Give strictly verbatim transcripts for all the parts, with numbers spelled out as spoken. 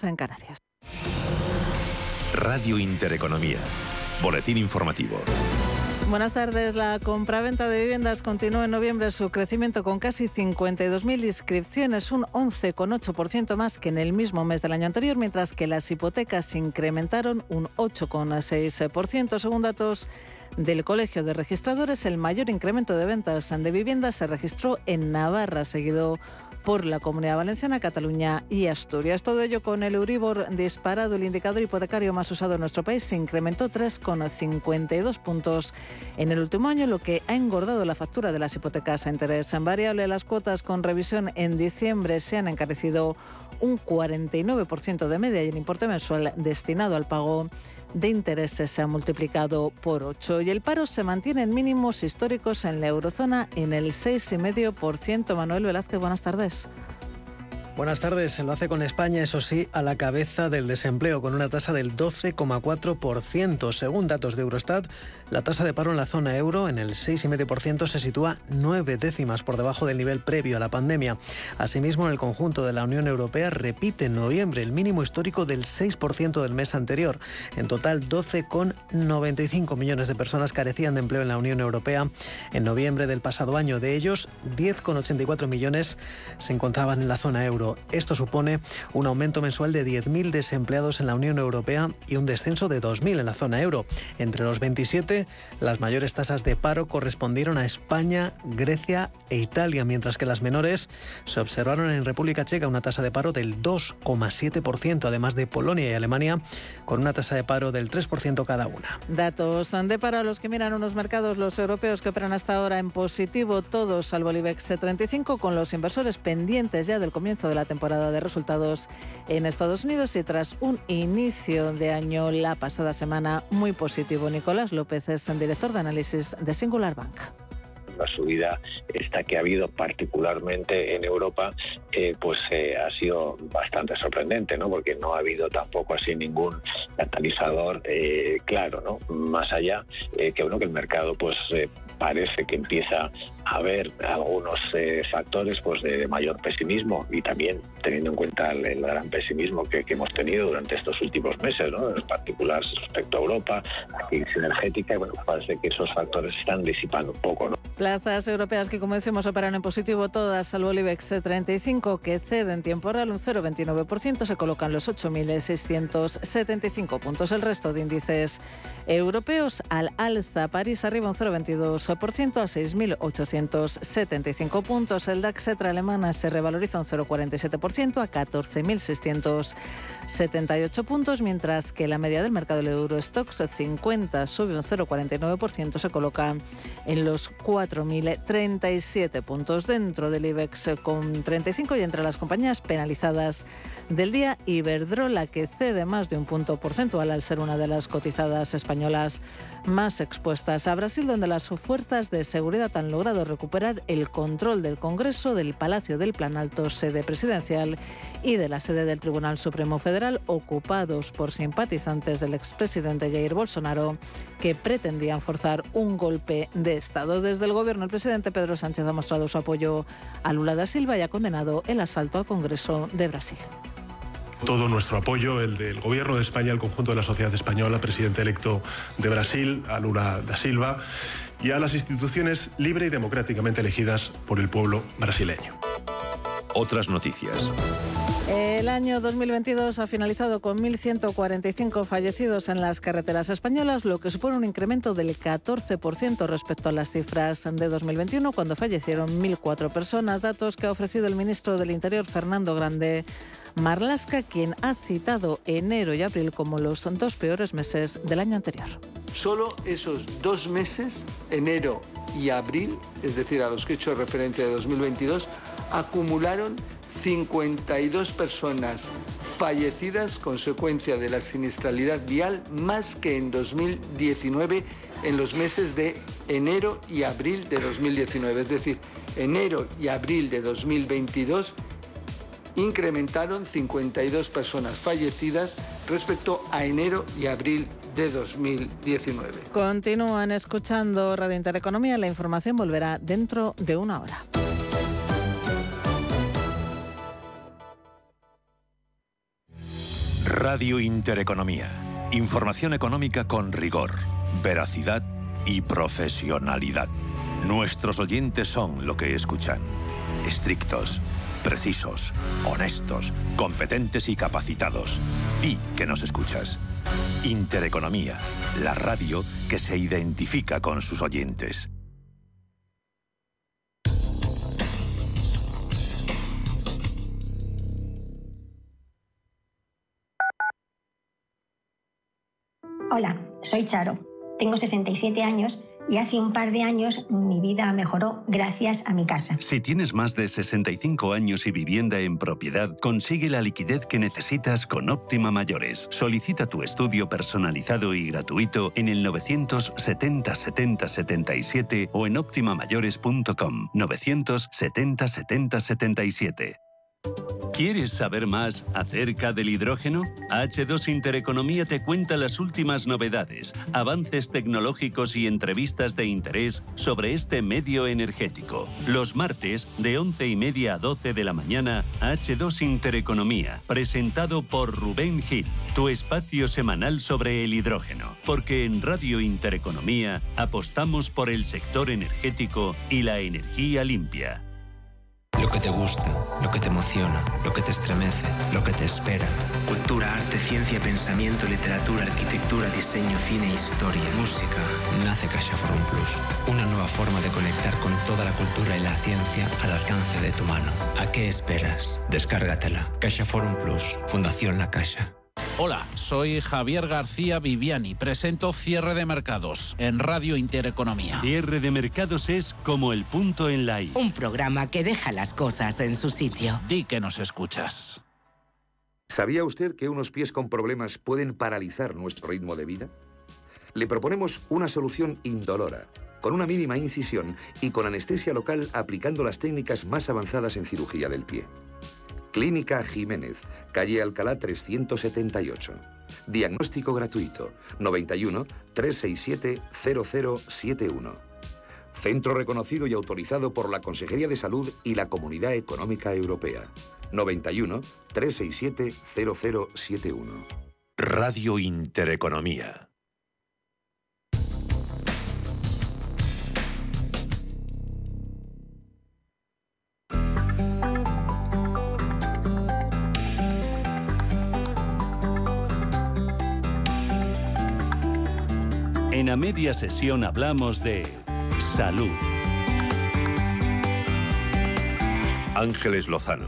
diez en Canarias. Radio Intereconomía. Boletín informativo. Buenas tardes. La compraventa de viviendas continuó en noviembre su crecimiento con casi cincuenta y dos mil inscripciones, un once coma ocho por ciento más que en el mismo mes del año anterior, mientras que las hipotecas incrementaron un ocho coma seis por ciento. Según datos del Colegio de Registradores, el mayor incremento de ventas de viviendas se registró en Navarra, seguido por la Comunidad Valenciana, Cataluña y Asturias. Todo ello con el Euribor disparado. El indicador hipotecario más usado en nuestro país se incrementó tres coma cincuenta y dos puntos en el último año, lo que ha engordado la factura de las hipotecas a interés variable. Las cuotas con revisión en diciembre se han encarecido un cuarenta y nueve por ciento de media y el importe mensual destinado al pago de intereses se ha multiplicado por ocho y el paro se mantiene en mínimos históricos en la eurozona en el seis coma cinco por ciento. Manuel Velázquez, buenas tardes. Buenas tardes. Se lo hace con España, eso sí, a la cabeza del desempleo, con una tasa del doce coma cuatro por ciento. Según datos de Eurostat, la tasa de paro en la zona euro, en el seis coma cinco por ciento, se sitúa nueve décimas por debajo del nivel previo a la pandemia. Asimismo, en el conjunto de la Unión Europea repite en noviembre el mínimo histórico del seis por ciento del mes anterior. En total, doce coma noventa y cinco millones de personas carecían de empleo en la Unión Europea en noviembre del pasado año. De ellos, diez coma ochenta y cuatro millones se encontraban en la zona euro. Esto supone un aumento mensual de diez mil desempleados en la Unión Europea y un descenso de dos mil en la zona euro. Entre los veintisiete, las mayores tasas de paro correspondieron a España, Grecia e Italia, mientras que las menores se observaron en República Checa una tasa de paro del dos coma siete por ciento, además de Polonia y Alemania, con una tasa de paro del tres por ciento cada una. Datos de paro a los que miran unos mercados, los europeos que operan hasta ahora en positivo, todos salvo el IBEX treinta y cinco, con los inversores pendientes ya del comienzo de la temporada de resultados en Estados Unidos y tras un inicio de año la pasada semana muy positivo. Nicolás López es el director de análisis de Singular Bank. La subida esta que ha habido particularmente en Europa eh, pues eh, ha sido bastante sorprendente, ¿no? Porque no ha habido tampoco así ningún catalizador eh, claro, ¿no? Más allá eh, que bueno que el mercado pues eh, parece que empieza a haber algunos eh, factores pues de mayor pesimismo y también teniendo en cuenta el, el gran pesimismo que, que hemos tenido durante estos últimos meses, ¿no? En particular respecto a Europa, la crisis energética, y bueno, parece que esos factores están disipando un poco, ¿no? Plazas europeas que, como decimos, operan en positivo todas, salvo el IBEX treinta y cinco, que cede en tiempo real un cero coma veintinueve por ciento, se colocan los ocho mil seiscientos setenta y cinco puntos. El resto de índices europeos al alza. París arriba un cero coma veintidós por ciento a seis mil ochocientos setenta y cinco puntos. El DAX Etra alemana se revaloriza un cero coma cuarenta y siete por ciento a catorce mil seiscientos setenta y ocho puntos, mientras que la media del mercado del Eurostoxx cincuenta sube un cero coma cuarenta y nueve por ciento, se coloca en los cuatro mil treinta y siete puntos. Dentro del IBEX con treinta y cinco y entre las compañías penalizadas del día, Iberdrola, que cede más de un punto porcentual al ser una de las cotizadas españolas más expuestas a Brasil, donde las fuerzas de seguridad han logrado recuperar el control del Congreso, del Palacio del Planalto, sede presidencial, y de la sede del Tribunal Supremo Federal, ocupados por simpatizantes del expresidente Jair Bolsonaro, que pretendían forzar un golpe de Estado. Desde el Gobierno, el presidente Pedro Sánchez ha mostrado su apoyo a Lula da Silva y ha condenado el asalto al Congreso de Brasil. Todo nuestro apoyo, el del Gobierno de España, al conjunto de la sociedad española, presidente electo de Brasil, a Lula da Silva, y a las instituciones libre y democráticamente elegidas por el pueblo brasileño. Otras noticias. El año dos mil veintidós ha finalizado con mil ciento cuarenta y cinco fallecidos en las carreteras españolas, lo que supone un incremento del catorce por ciento respecto a las cifras de dos mil veintiuno, cuando fallecieron mil cuatro personas. Datos que ha ofrecido el ministro del Interior, Fernando Grande Marlaska, quien ha citado enero y abril como los dos peores meses del año anterior. Solo esos dos meses, enero y abril, es decir, a los que he hecho referencia de dos mil veintidós, acumularon cincuenta y dos personas fallecidas consecuencia de la siniestralidad vial, más que en dos mil diecinueve, en los meses de enero y abril de dos mil diecinueve. Es decir, enero y abril de dos mil veintidós incrementaron cincuenta y dos personas fallecidas respecto a enero y abril de dos mil diecinueve. Continúan escuchando Radio Intereconomía. La información volverá dentro de una hora. Radio Intereconomía. Información económica con rigor, veracidad y profesionalidad. Nuestros oyentes son lo que escuchan. Estrictos, precisos, honestos, competentes y capacitados. Di que nos escuchas. Intereconomía, la radio que se identifica con sus oyentes. Hola, soy Charo. Tengo sesenta y siete años y hace un par de años mi vida mejoró gracias a mi casa. Si tienes más de sesenta y cinco años y vivienda en propiedad, consigue la liquidez que necesitas con Óptima Mayores. Solicita tu estudio personalizado y gratuito en el novecientos setenta setenta setenta y siete o en óptima mayores punto com. novecientos setenta setenta setenta y siete. ¿Quieres saber más acerca del hidrógeno? H dos Intereconomía te cuenta las últimas novedades, avances tecnológicos y entrevistas de interés sobre este medio energético. Los martes, de once y media a doce de la mañana, H dos Intereconomía, presentado por Rubén Gil, tu espacio semanal sobre el hidrógeno. Porque en Radio Intereconomía apostamos por el sector energético y la energía limpia. Lo que te gusta, lo que te emociona, lo que te estremece, lo que te espera. Cultura, arte, ciencia, pensamiento, literatura, arquitectura, diseño, cine, historia, música. Nace CaixaForum Plus, una nueva forma de conectar con toda la cultura y la ciencia al alcance de tu mano. ¿A qué esperas? Descárgatela. CaixaForum Plus, Fundación La Caixa. Hola, soy Javier García Viviani. Presento Cierre de Mercados en Radio Intereconomía. Cierre de Mercados es como el punto en la I. Un programa que deja las cosas en su sitio. Di que nos escuchas. ¿Sabía usted que unos pies con problemas pueden paralizar nuestro ritmo de vida? Le proponemos una solución indolora, con una mínima incisión y con anestesia local aplicando las técnicas más avanzadas en cirugía del pie. Clínica Jiménez, calle Alcalá trescientos setenta y ocho. Diagnóstico gratuito, noventa y uno, trescientos sesenta y siete, cero cero siete uno. Centro reconocido y autorizado por la Consejería de Salud y la Comunidad Económica Europea. noventa y uno, trescientos sesenta y siete, cero cero siete uno. Radio Intereconomía. En A Media Sesión hablamos de salud. Ángeles Lozano.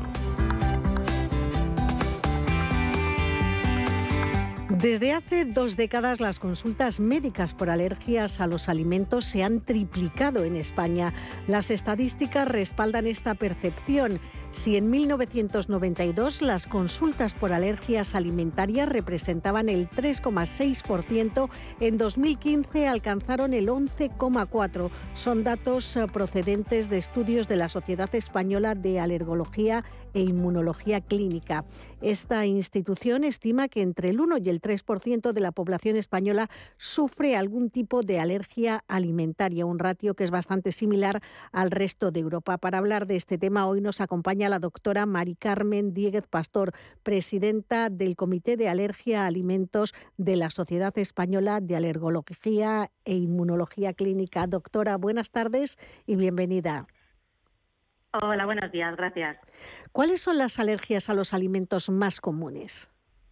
Desde hace dos décadas las consultas médicas por alergias a los alimentos se han triplicado en España. Las estadísticas respaldan esta percepción. Si en mil novecientos noventa y dos las consultas por alergias alimentarias representaban el tres coma seis por ciento, en dos mil quince alcanzaron el once coma cuatro por ciento. Son datos procedentes de estudios de la Sociedad Española de Alergología e Inmunología Clínica. Esta institución estima que entre el uno y el tres por ciento de la población española sufre algún tipo de alergia alimentaria, un ratio que es bastante similar al resto de Europa. Para hablar de este tema hoy nos acompaña la doctora Mari Carmen Diéguez Pastor, presidenta del Comité de Alergia a Alimentos de la Sociedad Española de Alergología e Inmunología Clínica. Doctora, buenas tardes y bienvenida. Hola, buenos días, gracias. ¿Cuáles son las alergias a los alimentos más comunes?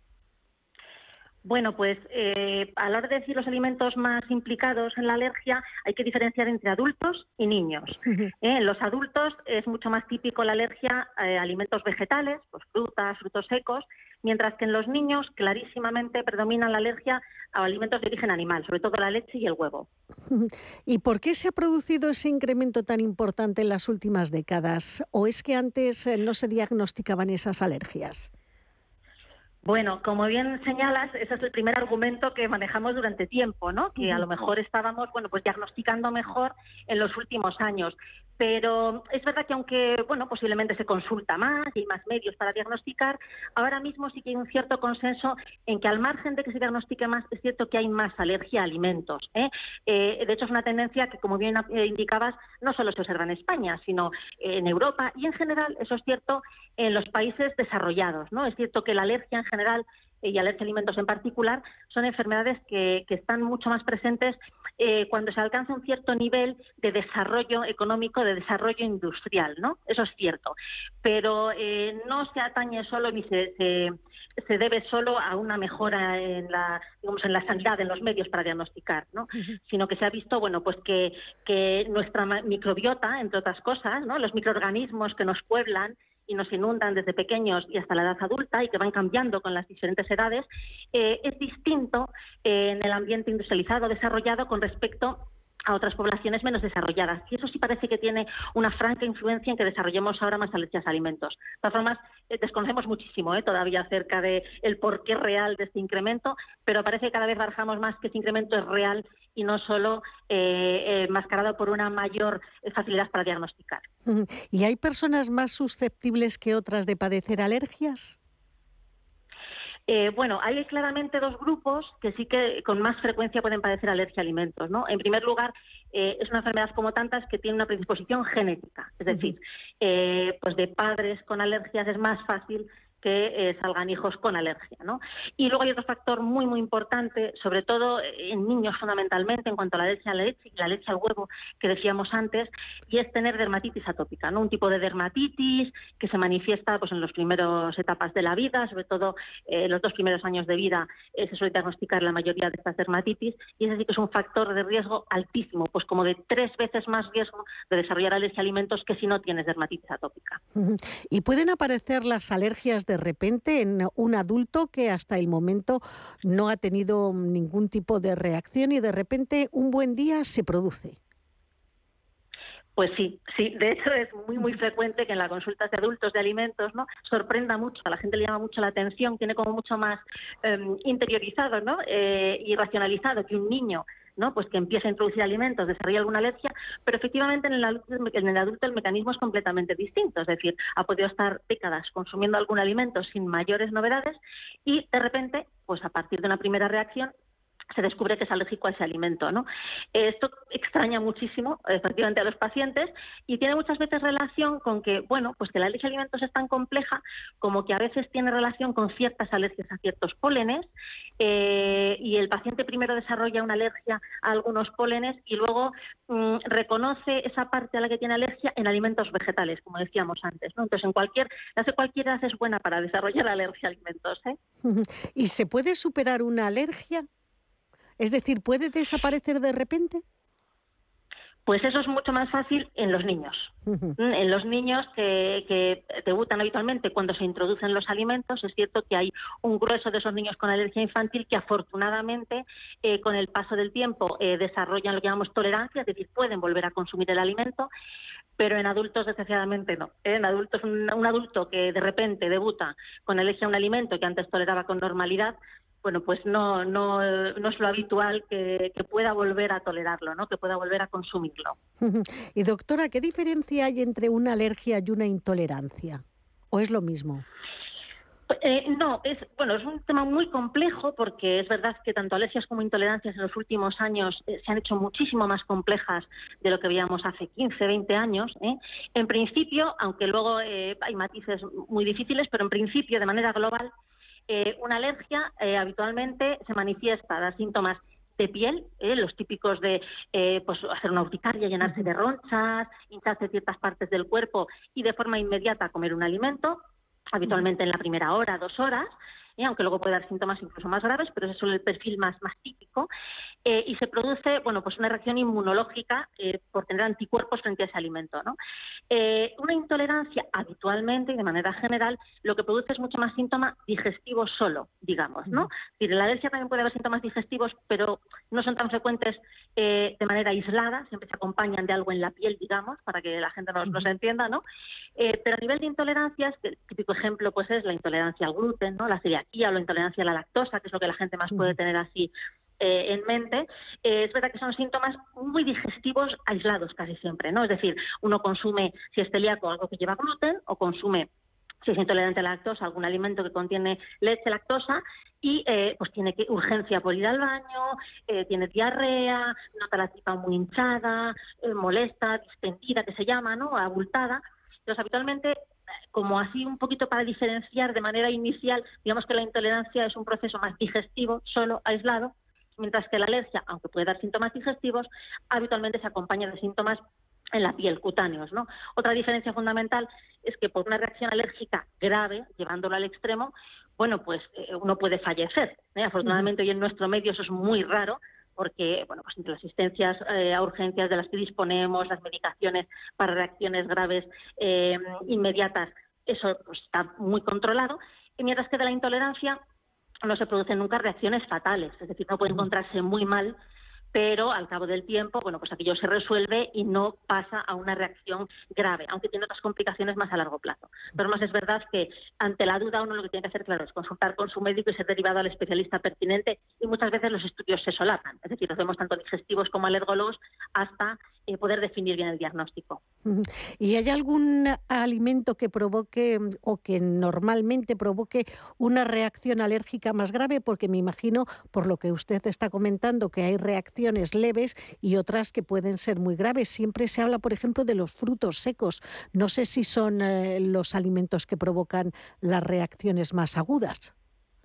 Bueno, pues eh, a la hora de decir los alimentos más implicados en la alergia hay que diferenciar entre adultos y niños. Eh, en los adultos es mucho más típico la alergia a alimentos vegetales, pues frutas, frutos secos, mientras que en los niños clarísimamente predomina la alergia a alimentos de origen animal, sobre todo la leche y el huevo. ¿Y por qué se ha producido ese incremento tan importante en las últimas décadas? ¿O es que antes no se diagnosticaban esas alergias? Bueno, como bien señalas, ese es el primer argumento que manejamos durante tiempo, ¿no? Que a lo mejor estábamos, bueno, pues diagnosticando mejor en los últimos años. Pero es verdad que aunque, bueno, posiblemente se consulta más y hay más medios para diagnosticar, ahora mismo sí que hay un cierto consenso en que al margen de que se diagnostique más, es cierto que hay más alergia a alimentos, ¿eh? Eh, de hecho, es una tendencia que, como bien indicabas, no solo se observa en España, sino en Europa y en general, eso es cierto, en los países desarrollados, ¿no? Es cierto que la alergia en general y alergia a alimentos en particular, son enfermedades que, que están mucho más presentes eh, cuando se alcanza un cierto nivel de desarrollo económico, de desarrollo industrial, ¿no? Eso es cierto. Pero eh, no se atañe solo ni se, se, se debe solo a una mejora en la, digamos, en la sanidad, en los medios para diagnosticar, ¿no? Uh-huh. Sino que se ha visto, bueno, pues que, que nuestra microbiota, entre otras cosas, ¿no? Los microorganismos que nos pueblan y nos inundan desde pequeños y hasta la edad adulta y que van cambiando con las diferentes edades, eh, es distinto eh, en el ambiente industrializado, desarrollado, con respecto a otras poblaciones menos desarrolladas. Y eso sí parece que tiene una franca influencia en que desarrollemos ahora más alergias a alimentos. De todas formas, eh, desconocemos muchísimo eh, todavía acerca del porqué real de este incremento, pero parece que cada vez barajamos más que este incremento es real y no solo eh, eh, mascarado por una mayor facilidad para diagnosticar. ¿Y hay personas más susceptibles que otras de padecer alergias? Eh, bueno, hay claramente dos grupos que sí que con más frecuencia pueden padecer alergia a alimentos, ¿no? En primer lugar, eh, es una enfermedad como tantas que tiene una predisposición genética, es decir, eh, pues de padres con alergias es más fácil que eh, salgan hijos con alergia, ¿no? Y luego hay otro factor muy, muy importante, sobre todo en niños fundamentalmente, en cuanto a la alergia a la leche y la alergia al huevo que decíamos antes, y es tener dermatitis atópica, ¿no? Un tipo de dermatitis que se manifiesta pues en las primeras etapas de la vida, sobre todo en eh, los dos primeros años de vida eh, se suele diagnosticar la mayoría de estas dermatitis, y ese sí que es un factor de riesgo altísimo, pues como de tres veces más riesgo de desarrollar alergia a alimentos que si no tienes dermatitis atópica. ¿Y pueden aparecer las alergias de de repente en un adulto que hasta el momento no ha tenido ningún tipo de reacción y de repente un buen día se produce? Pues sí, sí. De hecho es muy muy frecuente que en las consultas de adultos de alimentos, ¿no?, sorprenda mucho, a la gente le llama mucho la atención, tiene como mucho más eh, interiorizado, ¿no?, eh, y racionalizado que un niño, ¿no?, pues que empieza a introducir alimentos, desarrolla alguna alergia, pero efectivamente en el, adulto, en el adulto el mecanismo es completamente distinto, es decir, ha podido estar décadas consumiendo algún alimento sin mayores novedades y de repente, pues a partir de una primera reacción, se descubre que es alérgico a ese alimento, ¿no? Esto extraña muchísimo, efectivamente, a los pacientes y tiene muchas veces relación con que, bueno, pues que la alergia a alimentos es tan compleja como que a veces tiene relación con ciertas alergias a ciertos pólenes eh, y el paciente primero desarrolla una alergia a algunos pólenes y luego mmm, reconoce esa parte a la que tiene alergia en alimentos vegetales, como decíamos antes, ¿no? Entonces, en cualquier, hace cualquier edad es buena para desarrollar alergia a alimentos, ¿eh? ¿Y se puede superar una alergia? Es decir, ¿puede desaparecer de repente? Pues eso es mucho más fácil en los niños. Uh-huh. En los niños que, que debutan habitualmente cuando se introducen los alimentos, es cierto que hay un grueso de esos niños con alergia infantil que afortunadamente eh, con el paso del tiempo eh, desarrollan lo que llamamos tolerancia, es decir, pueden volver a consumir el alimento, pero en adultos desgraciadamente no. En adultos, un, un adulto que de repente debuta con alergia a un alimento que antes toleraba con normalidad, bueno, pues no, no, no es lo habitual que, que pueda volver a tolerarlo, ¿no?, que pueda volver a consumirlo. Y doctora, ¿qué diferencia hay entre una alergia y una intolerancia? ¿O es lo mismo? Eh, no, es bueno, es un tema muy complejo porque es verdad que tanto alergias como intolerancias en los últimos años eh, se han hecho muchísimo más complejas de lo que veíamos hace quince, veinte años. ¿eh? En principio, aunque luego eh, hay matices muy difíciles, pero en principio, de manera global, Eh, una alergia eh, habitualmente se manifiesta, da síntomas de piel, eh, los típicos de eh, pues hacer una urticaria, llenarse de ronchas, hincharse ciertas partes del cuerpo y de forma inmediata comer un alimento, habitualmente en la primera hora, dos horas, eh, aunque luego puede dar síntomas incluso más graves, pero ese es el perfil más, más típico. Eh, y se produce, bueno, pues una reacción inmunológica eh, por tener anticuerpos frente a ese alimento, ¿no? Eh, una intolerancia habitualmente y de manera general lo que produce es mucho más síntoma digestivo solo, digamos, ¿no? Es decir, la alergia también puede haber síntomas digestivos, pero no son tan frecuentes eh, de manera aislada, siempre se acompañan de algo en la piel, digamos, para que la gente nos, nos entienda, ¿no? Eh, pero a nivel de intolerancias, el típico ejemplo pues es la intolerancia al gluten, ¿no?, la celiaquía o la intolerancia a la lactosa, que es lo que la gente más puede tener así Eh, en mente, eh, es verdad que son síntomas muy digestivos aislados casi siempre, ¿no? Es decir, uno consume, si es celíaco, algo que lleva gluten, o consume, si es intolerante a la lactosa, algún alimento que contiene leche, lactosa, y eh, pues tiene que, urgencia por ir al baño, eh, tiene diarrea, nota la tripa muy hinchada, eh, molesta, distendida, que se llama, ¿no?, abultada. Entonces, habitualmente como así un poquito para diferenciar de manera inicial, digamos que la intolerancia es un proceso más digestivo, solo, aislado, mientras que la alergia, aunque puede dar síntomas digestivos, habitualmente se acompaña de síntomas en la piel, cutáneos, ¿no? Otra diferencia fundamental es que por una reacción alérgica grave, llevándolo al extremo, bueno, pues eh, uno puede fallecer, ¿eh? Afortunadamente, uh-huh. hoy en nuestro medio eso es muy raro, porque, bueno, pues entre las asistencias eh, a urgencias de las que disponemos, las medicaciones para reacciones graves eh, inmediatas, eso pues, está muy controlado, y mientras que de la intolerancia no se producen nunca reacciones fatales, es decir, no puede encontrarse muy mal, pero al cabo del tiempo, bueno, pues aquello se resuelve y no pasa a una reacción grave, aunque tiene otras complicaciones más a largo plazo. Pero más es verdad que ante la duda uno lo que tiene que hacer, claro, es consultar con su médico y ser derivado al especialista pertinente, y muchas veces los estudios se solapan, es decir, los vemos tanto digestivos como alergólogos hasta eh, poder definir bien el diagnóstico. ¿Y hay algún alimento que provoque o que normalmente provoque una reacción alérgica más grave? Porque me imagino, por lo que usted está comentando, que hay reacciones leves y otras que pueden ser muy graves. Siempre se habla, por ejemplo, de los frutos secos. No sé si son eh, los alimentos que provocan las reacciones más agudas.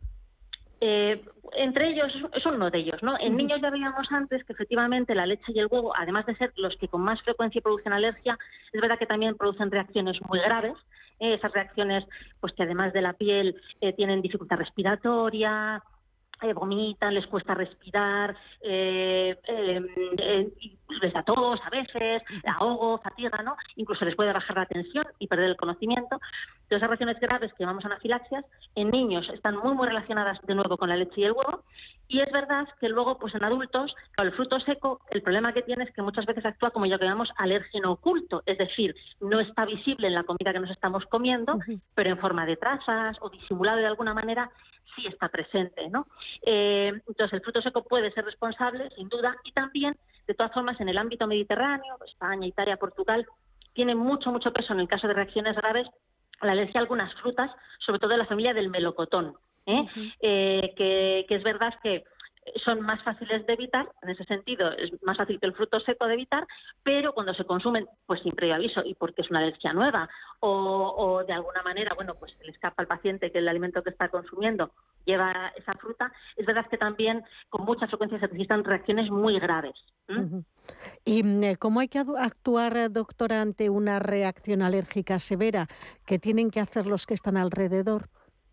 Eh, entre ellos, es uno de ellos, ¿no? En uh-huh. niños ya veíamos antes que efectivamente la leche y el huevo, además de ser los que con más frecuencia producen alergia, es verdad que también producen reacciones muy graves. Eh, esas reacciones, pues que además de la piel eh, tienen dificultad respiratoria, eh, vomitan, les cuesta respirar, eh, eh, eh, les da tos a veces, ahogo, fatiga, ¿no? Incluso les puede bajar la tensión y perder el conocimiento. Todas esas reacciones graves que llamamos anafilaxias, en niños están muy muy relacionadas de nuevo con la leche y el huevo, y es verdad que luego pues en adultos, claro, el fruto seco, el problema que tiene es que muchas veces actúa como lo que llamamos alérgeno oculto, es decir, no está visible en la comida que nos estamos comiendo, uh-huh. pero en forma de trazas o disimulado de alguna manera sí está presente, ¿no? Eh, entonces el fruto seco puede ser responsable, sin duda, y también, de todas formas, en el ámbito mediterráneo, España, Italia, Portugal, tiene mucho, mucho peso en el caso de reacciones graves la alergia a algunas frutas, sobre todo de la familia del melocotón, ¿eh? Uh-huh. Eh, que, que es verdad que son más fáciles de evitar, en ese sentido es más fácil que el fruto seco de evitar, pero cuando se consumen pues sin previo aviso y porque es una alergia nueva o, o de alguna manera, bueno, pues se le escapa al paciente que el alimento que está consumiendo lleva esa fruta, es verdad que también con mucha frecuencia se registran reacciones muy graves. ¿Mm? Uh-huh. ¿Y cómo hay que actuar, doctora, ante una reacción alérgica severa? ¿Qué tienen que hacer los que están alrededor?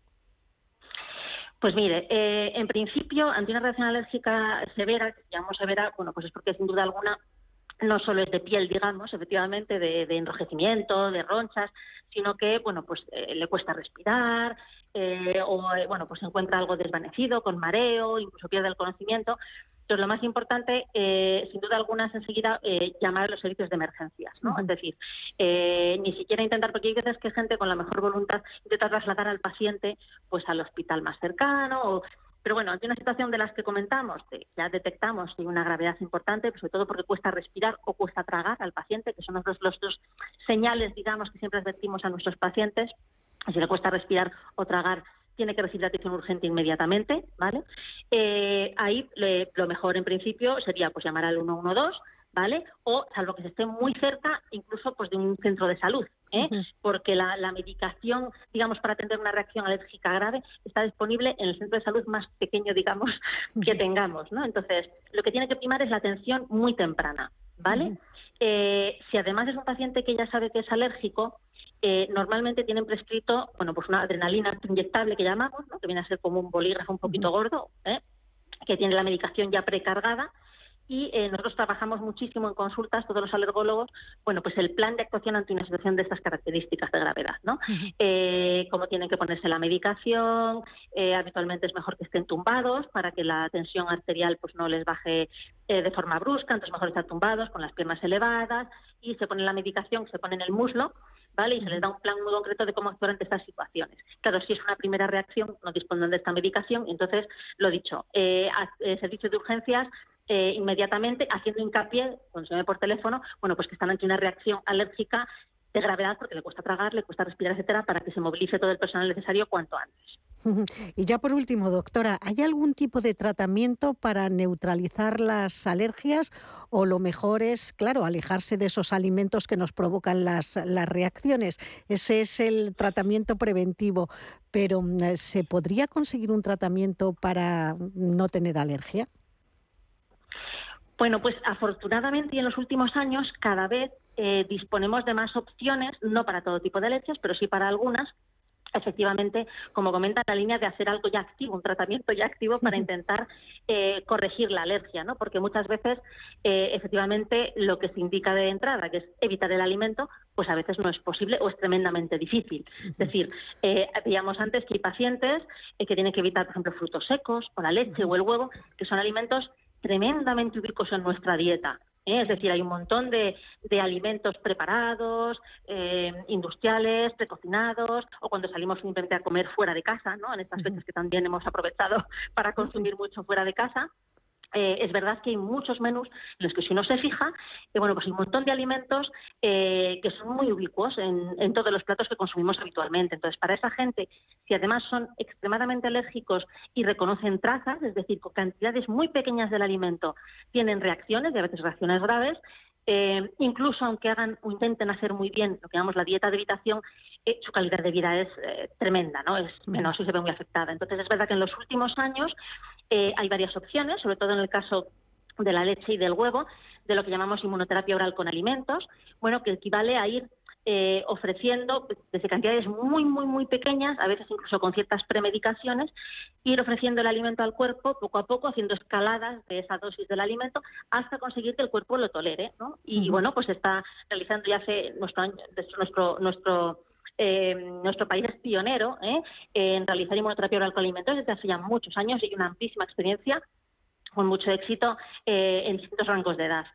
Pues mire, eh, en principio, ante una reacción alérgica severa, que llamamos severa, bueno, pues es porque sin duda alguna no solo es de piel, digamos, efectivamente, de, de enrojecimiento, de ronchas, sino que, bueno, pues eh, le cuesta respirar, eh, o, eh, bueno, pues se encuentra algo desvanecido, con mareo, incluso pierde el conocimiento. Entonces, lo más importante, eh, sin duda alguna, es enseguida eh, llamar a los servicios de emergencias, ¿no? Uh-huh. Es decir, eh, ni siquiera intentar, porque hay veces que gente con la mejor voluntad intenta trasladar al paciente pues al hospital más cercano, o, pero bueno, ante una situación de las que comentamos, de, ya detectamos que hay una gravedad importante, pues sobre todo porque cuesta respirar o cuesta tragar al paciente, que son los dos, los dos señales, digamos, que siempre advertimos a nuestros pacientes. Si le cuesta respirar o tragar, tiene que recibir atención urgente inmediatamente, ¿vale? Eh, ahí le, lo mejor en principio sería pues llamar al uno uno dos, ¿vale? O, salvo que se esté muy cerca, incluso pues de un centro de salud, ¿eh? Uh-huh. Porque la, la medicación, digamos, para atender una reacción alérgica grave está disponible en el centro de salud más pequeño, digamos, que uh-huh. tengamos, ¿no? Entonces, lo que tiene que primar es la atención muy temprana, ¿vale? Uh-huh. Eh, si además es un paciente que ya sabe que es alérgico, Eh, normalmente tienen prescrito, bueno, pues una adrenalina inyectable que llamamos, ¿no? Que viene a ser como un bolígrafo un poquito gordo, ¿eh? Que tiene la medicación ya precargada, y eh, nosotros trabajamos muchísimo en consultas, todos los alergólogos, bueno, pues el plan de actuación ante una situación de estas características de gravedad, ¿no? Uh-huh. Eh, cómo tienen que ponerse la medicación, eh, habitualmente es mejor que estén tumbados para que la tensión arterial pues no les baje eh, de forma brusca, entonces mejor estar tumbados con las piernas elevadas, y se pone la medicación, se pone en el muslo, ¿vale? Y se les da un plan muy concreto de cómo actuar ante estas situaciones. Claro, si es una primera reacción, no disponen de esta medicación, entonces, lo dicho, eh, a, eh, servicios de urgencias, eh, inmediatamente, haciendo hincapié, cuando se ve por teléfono, bueno, pues que están ante una reacción alérgica de gravedad, porque le cuesta tragar, le cuesta respirar, etcétera, para que se movilice todo el personal necesario cuanto antes. Y ya por último, doctora, ¿hay algún tipo de tratamiento para neutralizar las alergias o lo mejor es, claro, alejarse de esos alimentos que nos provocan las, las reacciones? Ese es el tratamiento preventivo, pero ¿se podría conseguir un tratamiento para no tener alergia? Bueno, pues afortunadamente y en los últimos años cada vez eh, disponemos de más opciones, no para todo tipo de leches, pero sí para algunas. Efectivamente, como comenta, la línea de hacer algo ya activo, un tratamiento ya activo para intentar eh, corregir la alergia, ¿no? Porque muchas veces, eh, efectivamente, lo que se indica de entrada, que es evitar el alimento, pues a veces no es posible o es tremendamente difícil. Es decir, eh, veíamos antes que hay pacientes eh, que tienen que evitar, por ejemplo, frutos secos o la leche o el huevo, que son alimentos tremendamente ubicuos en nuestra dieta. ¿Eh? Es decir, hay un montón de, de alimentos preparados, eh, industriales, precocinados, o cuando salimos simplemente a comer fuera de casa, ¿no? En estas fechas que también hemos aprovechado para consumir mucho fuera de casa. Eh, es verdad que hay muchos menús en los que si uno se fija, eh, bueno, pues hay un montón de alimentos eh, que son muy ubicuos en, en todos los platos que consumimos habitualmente. Entonces, para esa gente, si además son extremadamente alérgicos y reconocen trazas, es decir, con cantidades muy pequeñas del alimento, tienen reacciones, y a veces reacciones graves, eh, incluso aunque hagan o intenten hacer muy bien lo que llamamos la dieta de evitación, eh, su calidad de vida es eh, tremenda, ¿no? Es menos y se ve muy afectada. Entonces, es verdad que en los últimos años Eh, hay varias opciones, sobre todo en el caso de la leche y del huevo, de lo que llamamos inmunoterapia oral con alimentos, bueno, que equivale a ir eh, ofreciendo desde cantidades muy, muy, muy pequeñas, a veces incluso con ciertas premedicaciones, ir ofreciendo el alimento al cuerpo poco a poco, haciendo escaladas de esa dosis del alimento hasta conseguir que el cuerpo lo tolere, ¿no? Y uh-huh. bueno, pues está realizando ya hace nuestro año, nuestro nuestro Eh, nuestro país es pionero ¿eh? en realizar inmunoterapia oral con alimentos desde hace ya muchos años y una amplísima experiencia con mucho éxito eh, en distintos rangos de edad.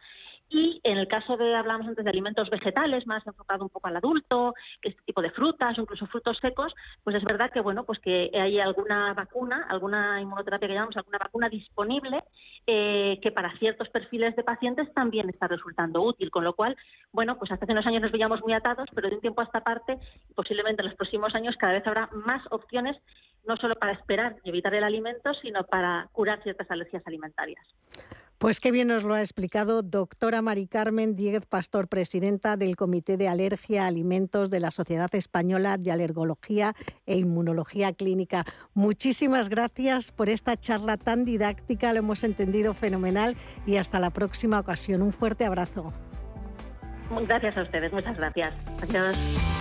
Y en el caso de, hablábamos antes de alimentos vegetales, más enfocado un poco al adulto, este tipo de frutas o incluso frutos secos, pues es verdad que bueno, pues que hay alguna vacuna, alguna inmunoterapia que llamamos, alguna vacuna disponible eh, que para ciertos perfiles de pacientes también está resultando útil, con lo cual, bueno, pues hasta hace unos años nos veíamos muy atados, pero de un tiempo a esta parte, posiblemente en los próximos años cada vez habrá más opciones, no solo para esperar y evitar el alimento, sino para curar ciertas alergias alimentarias. Pues qué bien nos lo ha explicado doctora Mari Carmen Diéguez Pastor, presidenta del Comité de Alergia a Alimentos de la Sociedad Española de Alergología e Inmunología Clínica. Muchísimas gracias por esta charla tan didáctica, lo hemos entendido fenomenal y hasta la próxima ocasión. Un fuerte abrazo. Gracias a ustedes, muchas gracias. Adiós.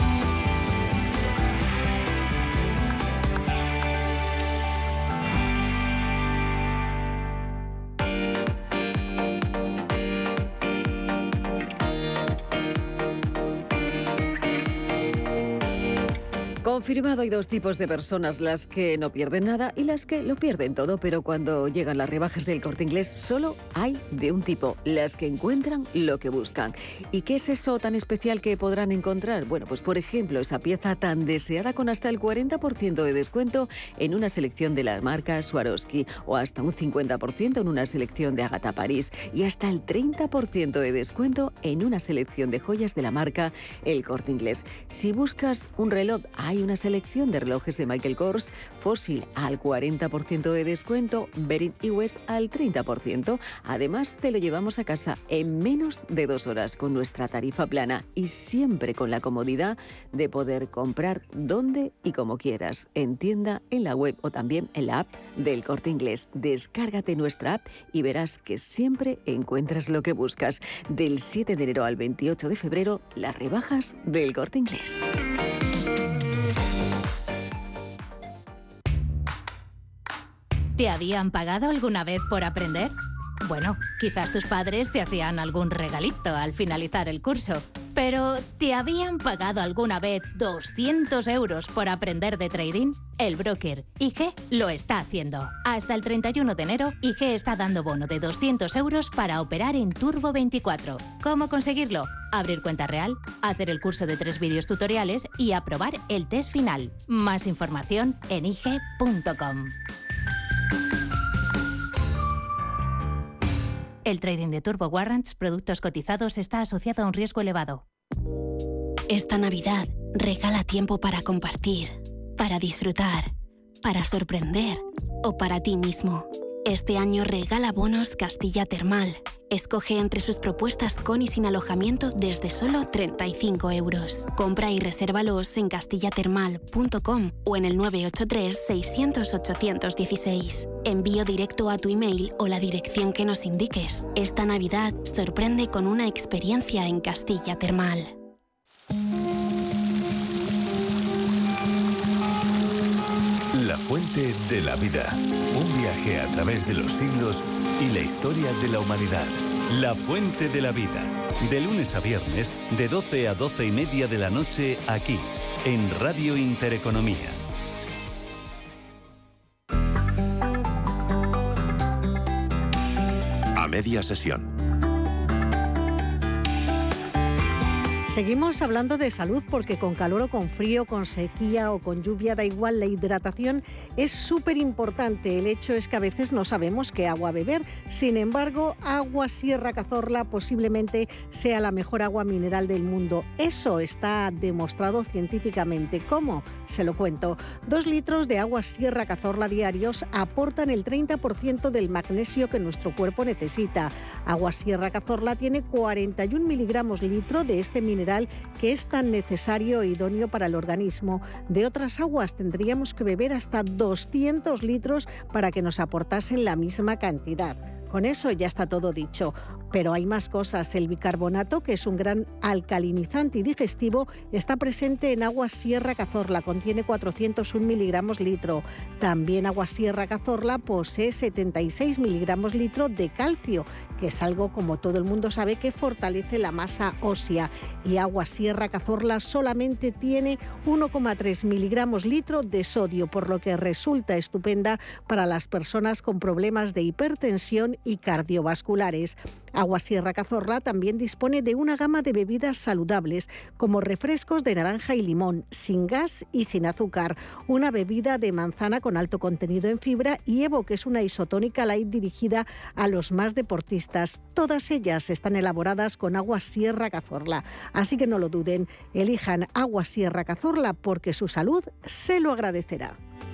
Confirmado, hay dos tipos de personas, las que no pierden nada y las que lo pierden todo, pero cuando llegan las rebajas del Corte Inglés solo hay de un tipo, las que encuentran lo que buscan. ¿Y qué es eso tan especial que podrán encontrar? Bueno, pues por ejemplo, esa pieza tan deseada con hasta el cuarenta por ciento de descuento en una selección de la marca Swarovski o hasta un cincuenta por ciento en una selección de Agatha Paris y hasta el treinta por ciento de descuento en una selección de joyas de la marca El Corte Inglés. Si buscas un reloj, hay una selección de relojes de Michael Kors, Fossil al cuarenta por ciento de descuento, Bering y West al treinta por ciento. Además, te lo llevamos a casa en menos de dos horas con nuestra tarifa plana y siempre con la comodidad de poder comprar donde y como quieras, en tienda, en la web o también en la app del Corte Inglés. Descárgate nuestra app y verás que siempre encuentras lo que buscas. Del siete de enero al veintiocho de febrero, las rebajas del Corte Inglés. ¿Te habían pagado alguna vez por aprender? Bueno, quizás tus padres te hacían algún regalito al finalizar el curso. Pero, ¿te habían pagado alguna vez doscientos euros por aprender de trading? El broker I G lo está haciendo. Hasta el treinta y uno de enero, I G está dando bono de doscientos euros para operar en Turbo veinticuatro. ¿Cómo conseguirlo? Abrir cuenta real, hacer el curso de tres vídeos tutoriales y aprobar el test final. Más información en i g punto com. El trading de Turbo Warrants, productos cotizados, está asociado a un riesgo elevado. Esta Navidad, regala tiempo para compartir, para disfrutar, para sorprender o para ti mismo. Este año regala bonos Castilla Termal. Escoge entre sus propuestas con y sin alojamiento desde solo treinta y cinco euros. Compra y resérvalos en castillatermal punto com o en el nueve ocho tres, seiscientos, ochocientos dieciséis. Envío directo a tu email o la dirección que nos indiques. Esta Navidad sorprende con una experiencia en Castilla Termal. La fuente de la vida. Un viaje a través de los siglos y la historia de la humanidad. La fuente de la vida. De lunes a viernes, de doce a doce y media de la noche, aquí, en Radio Intereconomía. A media sesión. Seguimos hablando de salud porque con calor o con frío, con sequía o con lluvia, da igual, la hidratación es súper importante. El hecho es que a veces no sabemos qué agua beber. Sin embargo, Agua Sierra Cazorla posiblemente sea la mejor agua mineral del mundo. Eso está demostrado científicamente. ¿Cómo? Se lo cuento. Dos litros de Agua Sierra Cazorla diarios aportan el treinta por ciento del magnesio que nuestro cuerpo necesita. Agua Sierra Cazorla tiene cuarenta y un miligramos litro de este mineral que es tan necesario e idóneo para el organismo. De otras aguas tendríamos que beber hasta doscientos litros para que nos aportasen la misma cantidad. Con eso ya está todo dicho. Pero hay más cosas. El bicarbonato, que es un gran alcalinizante y digestivo, está presente en Agua Sierra Cazorla. Contiene cuatrocientos un miligramos litro. También Agua Sierra Cazorla posee setenta y seis miligramos litro de calcio, que es algo, como todo el mundo sabe, que fortalece la masa ósea. Y Agua Sierra Cazorla solamente tiene uno coma tres miligramos litro de sodio, por lo que resulta estupenda para las personas con problemas de hipertensión y cardiovasculares. Agua Sierra Cazorla también dispone de una gama de bebidas saludables, como refrescos de naranja y limón, sin gas y sin azúcar, una bebida de manzana con alto contenido en fibra y Evo, que es una isotónica light dirigida a los más deportistas. Todas ellas están elaboradas con Agua Sierra Cazorla. Así que no lo duden, elijan Agua Sierra Cazorla porque su salud se lo agradecerá.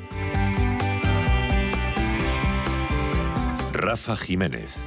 Rafa Jiménez.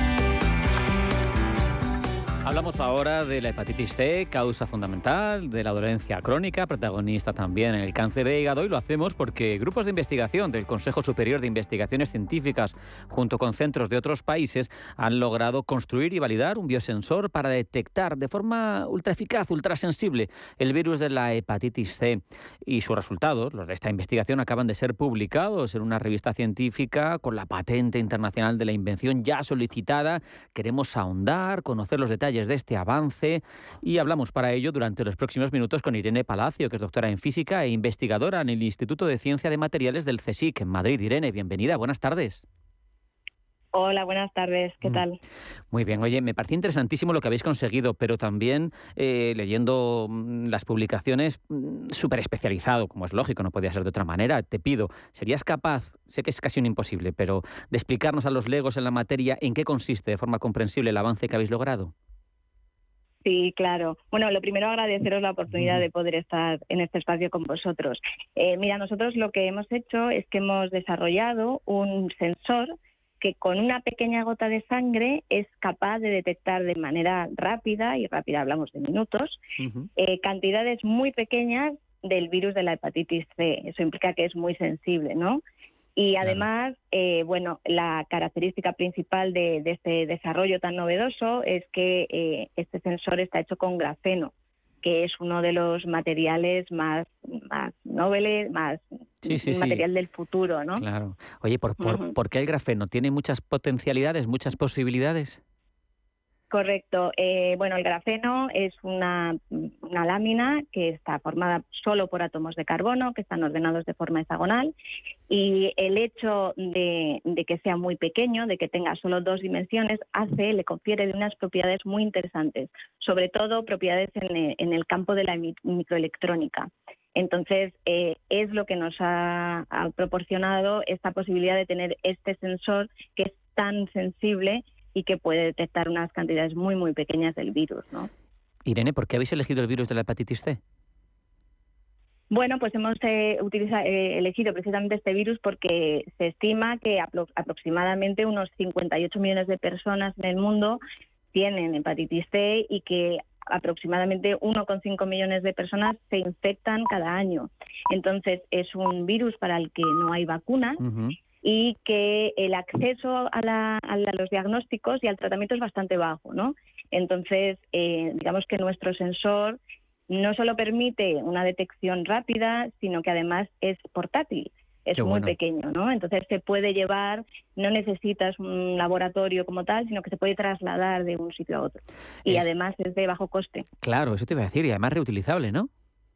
Hablamos ahora de la hepatitis C, causa fundamental, de la dolencia crónica, protagonista también en el cáncer de hígado, y lo hacemos porque grupos de investigación del Consejo Superior de Investigaciones Científicas, junto con centros de otros países, han logrado construir y validar un biosensor para detectar de forma ultra eficaz, ultrasensible, el virus de la hepatitis C. Y sus resultados, los de esta investigación, acaban de ser publicados en una revista científica con la patente internacional de la invención ya solicitada. Queremos ahondar, conocer los detalles de este avance y hablamos para ello durante los próximos minutos con Irene Palacio, que es doctora en física e investigadora en el Instituto de Ciencia de Materiales del CSIC en Madrid. Irene, bienvenida, buenas tardes. Hola, buenas tardes, ¿qué tal? Muy bien, oye, me parece interesantísimo lo que habéis conseguido, pero también eh, leyendo las publicaciones, súper especializado, como es lógico, no podía ser de otra manera. Te pido, ¿serías capaz, sé que es casi un imposible, pero de explicarnos a los legos en la materia en qué consiste de forma comprensible el avance que habéis logrado? Sí, claro. Bueno, lo primero agradeceros la oportunidad de poder estar en este espacio con vosotros. Eh, mira, nosotros lo que hemos hecho es que hemos desarrollado un sensor que con una pequeña gota de sangre es capaz de detectar de manera rápida, y rápida hablamos de minutos, uh-huh. eh, cantidades muy pequeñas del virus de la hepatitis C. Eso implica que es muy sensible, ¿no? Y además, eh, bueno, la característica principal de, de este desarrollo tan novedoso es que eh, este sensor está hecho con grafeno, que es uno de los materiales más, más nobles, más sí, sí, material sí. del futuro, ¿no? Claro. Oye, ¿por, por, uh-huh. ¿por qué el grafeno? ¿Tiene muchas potencialidades, muchas posibilidades? Correcto. Eh, bueno, el grafeno es una, una lámina que está formada solo por átomos de carbono, que están ordenados de forma hexagonal, y el hecho de, de que sea muy pequeño, de que tenga solo dos dimensiones, hace, le confiere de unas propiedades muy interesantes, sobre todo propiedades en el, en el campo de la microelectrónica. Entonces, eh, es lo que nos ha, ha proporcionado esta posibilidad de tener este sensor que es tan sensible y que puede detectar unas cantidades muy, muy pequeñas del virus, ¿no? Irene, ¿por qué habéis elegido el virus de la hepatitis C? Bueno, pues hemos eh, utiliza, eh, elegido precisamente este virus porque se estima que apro aproximadamente unos cincuenta y ocho millones de personas en el mundo tienen hepatitis C y que aproximadamente uno coma cinco millones de personas se infectan cada año. Entonces, es un virus para el que no hay vacunas. Uh-huh. Y que el acceso a, la, a los diagnósticos y al tratamiento es bastante bajo, ¿no? Entonces, eh, digamos que nuestro sensor no solo permite una detección rápida, sino que además es portátil, es Qué muy bueno. pequeño, ¿no? Entonces se puede llevar, no necesitas un laboratorio como tal, sino que se puede trasladar de un sitio a otro. Y es... además es de bajo coste. Claro, eso te iba a decir, y además reutilizable, ¿no?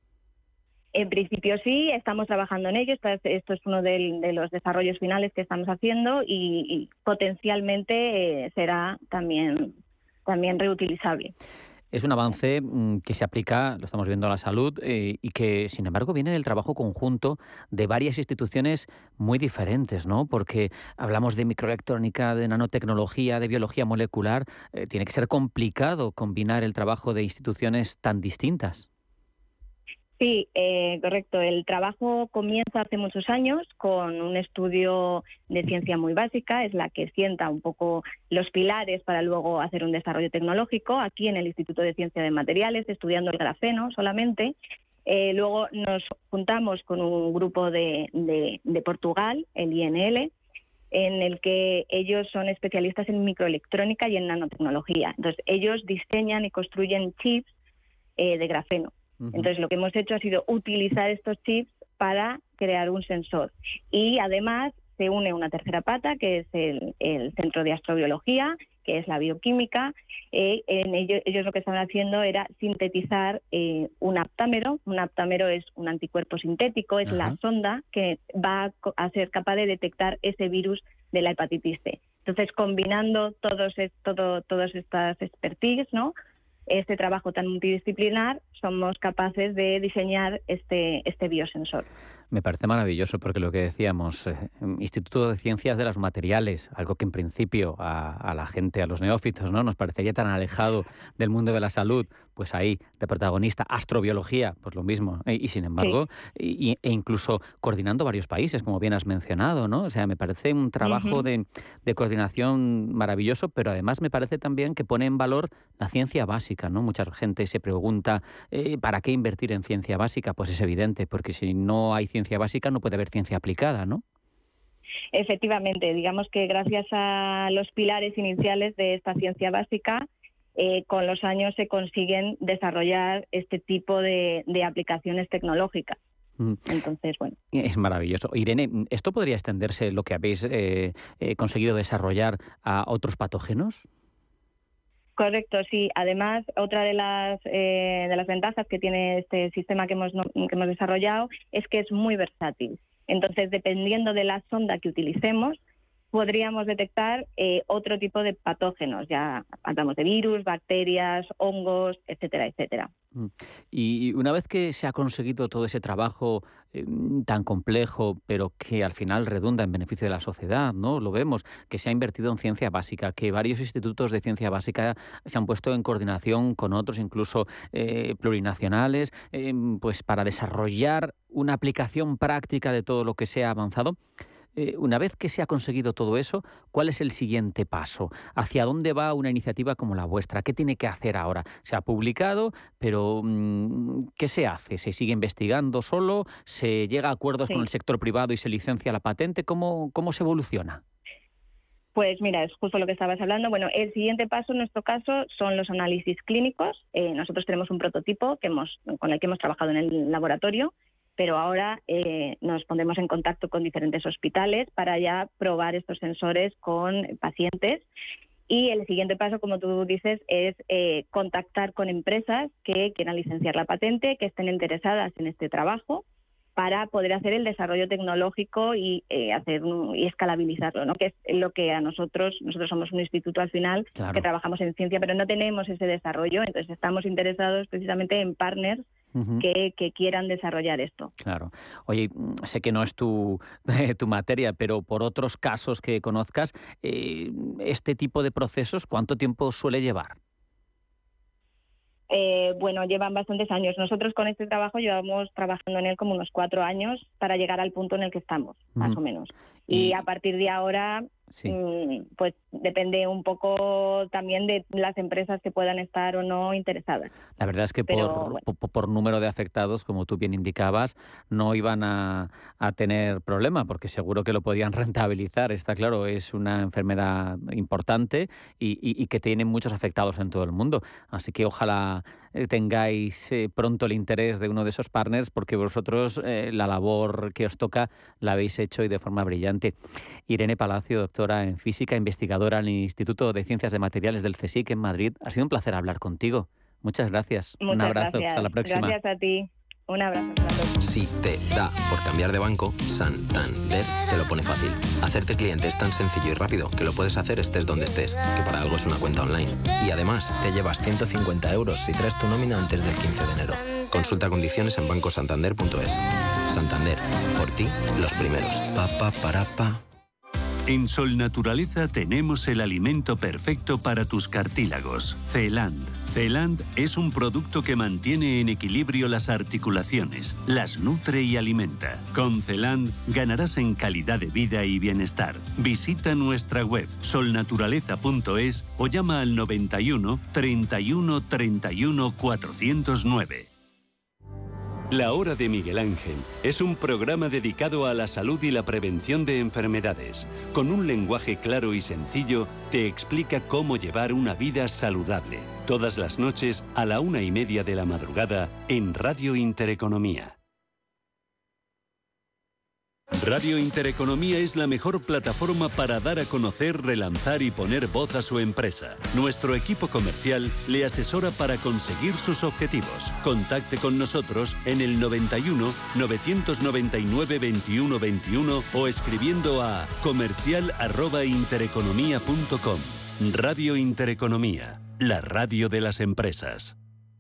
En principio sí, estamos trabajando en ello. Esto es uno de, de los desarrollos finales que estamos haciendo y, y potencialmente eh, será también, también reutilizable. Es un avance que se aplica, lo estamos viendo, a la salud eh, y que, sin embargo, viene del trabajo conjunto de varias instituciones muy diferentes, ¿no? Porque hablamos de microelectrónica, de nanotecnología, de biología molecular. Eh, tiene que ser complicado combinar el trabajo de instituciones tan distintas. Sí, eh, correcto. El trabajo comienza hace muchos años con un estudio de ciencia muy básica, es la que sienta un poco los pilares para luego hacer un desarrollo tecnológico, aquí en el Instituto de Ciencia de Materiales, estudiando el grafeno solamente. Eh, luego nos juntamos con un grupo de, de, de Portugal, el I N L, en el que ellos son especialistas en microelectrónica y en nanotecnología. Entonces, ellos diseñan y construyen chips eh, de grafeno. Entonces, lo que hemos hecho ha sido utilizar estos chips para crear un sensor. Y además se une una tercera pata, que es el, el Centro de Astrobiología, que es la bioquímica. Eh, en ello, ellos lo que estaban haciendo era sintetizar eh, un aptámero. Un aptámero es un anticuerpo sintético, es Ajá. la sonda que va a ser capaz de detectar ese virus de la hepatitis C. Entonces, combinando todos, todo, todas estas expertise, ¿no?, este trabajo tan multidisciplinar, somos capaces de diseñar este, este biosensor. Me parece maravilloso porque lo que decíamos, eh, Instituto de Ciencias de los Materiales, algo que en principio a, a la gente, a los neófitos, ¿no?, nos parecería tan alejado del mundo de la salud, pues ahí, de protagonista, astrobiología, pues lo mismo. E, y sin embargo, sí. y, e incluso coordinando varios países, como bien has mencionado, ¿no? O sea, me parece un trabajo uh-huh. de, de coordinación maravilloso, pero además me parece también que pone en valor la ciencia básica, ¿no? Mucha gente se pregunta, eh, ¿para qué invertir en ciencia básica? Pues es evidente, porque si no hay ciencia básica no puede haber ciencia aplicada, ¿no? Efectivamente, digamos que gracias a los pilares iniciales de esta ciencia básica, eh, con los años se consiguen desarrollar este tipo de, de aplicaciones tecnológicas. Mm. Entonces, bueno. Es maravilloso. Irene, ¿esto podría extenderse, lo que habéis eh, eh, conseguido desarrollar, a otros patógenos? Correcto, sí. Además, otra de las eh, de las ventajas que tiene este sistema que hemos, que hemos desarrollado es que es muy versátil. Entonces, dependiendo de la sonda que utilicemos, podríamos detectar eh, otro tipo de patógenos. Ya hablamos de virus, bacterias, hongos, etcétera, etcétera. Y una vez que se ha conseguido todo ese trabajo eh, tan complejo, pero que al final redunda en beneficio de la sociedad, ¿no? Lo vemos, que se ha invertido en ciencia básica, que varios institutos de ciencia básica se han puesto en coordinación con otros, incluso eh, plurinacionales, eh, pues para desarrollar una aplicación práctica de todo lo que se ha avanzado. Eh, una vez que se ha conseguido todo eso, ¿cuál es el siguiente paso? ¿Hacia dónde va una iniciativa como la vuestra? ¿Qué tiene que hacer ahora? Se ha publicado, pero ¿qué se hace? ¿Se sigue investigando solo? ¿Se llega a acuerdos sí. con el sector privado y se licencia la patente? ¿Cómo, cómo se evoluciona? Pues mira, es justo lo que estabas hablando. Bueno, el siguiente paso en nuestro caso son los análisis clínicos. Eh, nosotros tenemos un prototipo que hemos, con el que hemos trabajado en el laboratorio, pero ahora eh, nos pondremos en contacto con diferentes hospitales para ya probar estos sensores con pacientes. Y el siguiente paso, como tú dices, es eh, contactar con empresas que quieran licenciar la patente, que estén interesadas en este trabajo, para poder hacer el desarrollo tecnológico y eh, hacer un, y escalabilizarlo, ¿no? Que es lo que a nosotros, nosotros somos un instituto al final claro. que trabajamos en ciencia, pero no tenemos ese desarrollo, entonces estamos interesados precisamente en partners uh-huh. que, que quieran desarrollar esto. Claro. Oye, sé que no es tu, eh, tu materia, pero por otros casos que conozcas, eh, este tipo de procesos, ¿cuánto tiempo suele llevar? Eh, bueno, llevan bastantes años. Nosotros con este trabajo llevamos trabajando en él como unos cuatro años para llegar al punto en el que estamos, más Ujú. o menos. Y, Y- a partir de ahora, Sí. mm, pues depende un poco también de las empresas que puedan estar o no interesadas. La verdad es que Pero, por, bueno. po- por número de afectados, como tú bien indicabas, no iban a, a tener problema, porque seguro que lo podían rentabilizar. Está claro, es una enfermedad importante y, y- y que tiene muchos afectados en todo el mundo. Así que ojalá eh, tengáis eh, pronto el interés de uno de esos partners, porque vosotros eh, la labor que os toca la habéis hecho y de forma brillante. Irene Palacio, doctora en física, investigadora en el Instituto de Ciencias de Materiales del CSIC en Madrid. Ha sido un placer hablar contigo. Muchas gracias. Muchas Un abrazo. gracias. Hasta la próxima. Gracias a ti. Un abrazo. Hasta luego. Si te da por cambiar de banco, Santander te lo pone fácil. Hacerte cliente es tan sencillo y rápido que lo puedes hacer estés donde estés, que para algo es una cuenta online. Y además, te llevas ciento cincuenta euros si traes tu nómina antes del quince de enero. Consulta condiciones en banco santander punto es. Santander, por ti, los primeros. Pa, pa, para, pa. En Sol Naturaleza tenemos el alimento perfecto para tus cartílagos. Celand. Celand es un producto que mantiene en equilibrio las articulaciones, las nutre y alimenta. Con Celand ganarás en calidad de vida y bienestar. Visita nuestra web sol naturaleza punto es o llama al noventa y uno, treinta y uno, treinta y uno, cuatrocientos nueve. La Hora de Miguel Ángel es un programa dedicado a la salud y la prevención de enfermedades. Con un lenguaje claro y sencillo, te explica cómo llevar una vida saludable. Todas las noches a la una y media de la madrugada en Radio Intereconomía. Radio Intereconomía es la mejor plataforma para dar a conocer, relanzar y poner voz a su empresa. Nuestro equipo comercial le asesora para conseguir sus objetivos. Contacte con nosotros en el noventa y uno, novecientos noventa y nueve, veintiuno veintiuno o escribiendo a comercial arroba intereconomía punto com. Radio Intereconomía, la radio de las empresas.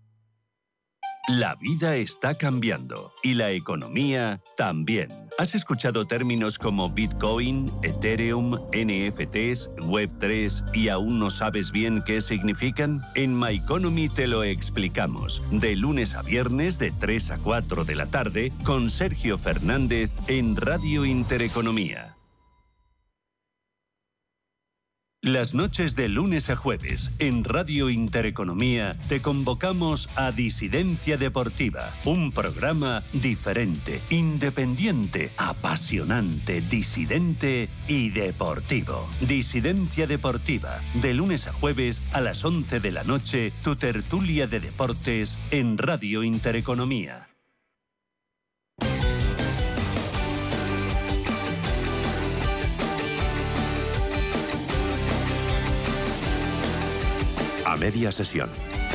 La vida está cambiando y la economía también. ¿Has escuchado términos como Bitcoin, Ethereum, N F Ts, web tres y aún no sabes bien qué significan? En My Economy te lo explicamos. De lunes a viernes de tres a cuatro de la tarde con Sergio Fernández en Radio Intereconomía. Las noches de lunes a jueves en Radio Intereconomía te convocamos a Disidencia Deportiva, un programa diferente, independiente, apasionante, disidente y deportivo. Disidencia Deportiva, de lunes a jueves a las once de la noche, tu tertulia de deportes en Radio Intereconomía. A media sesión.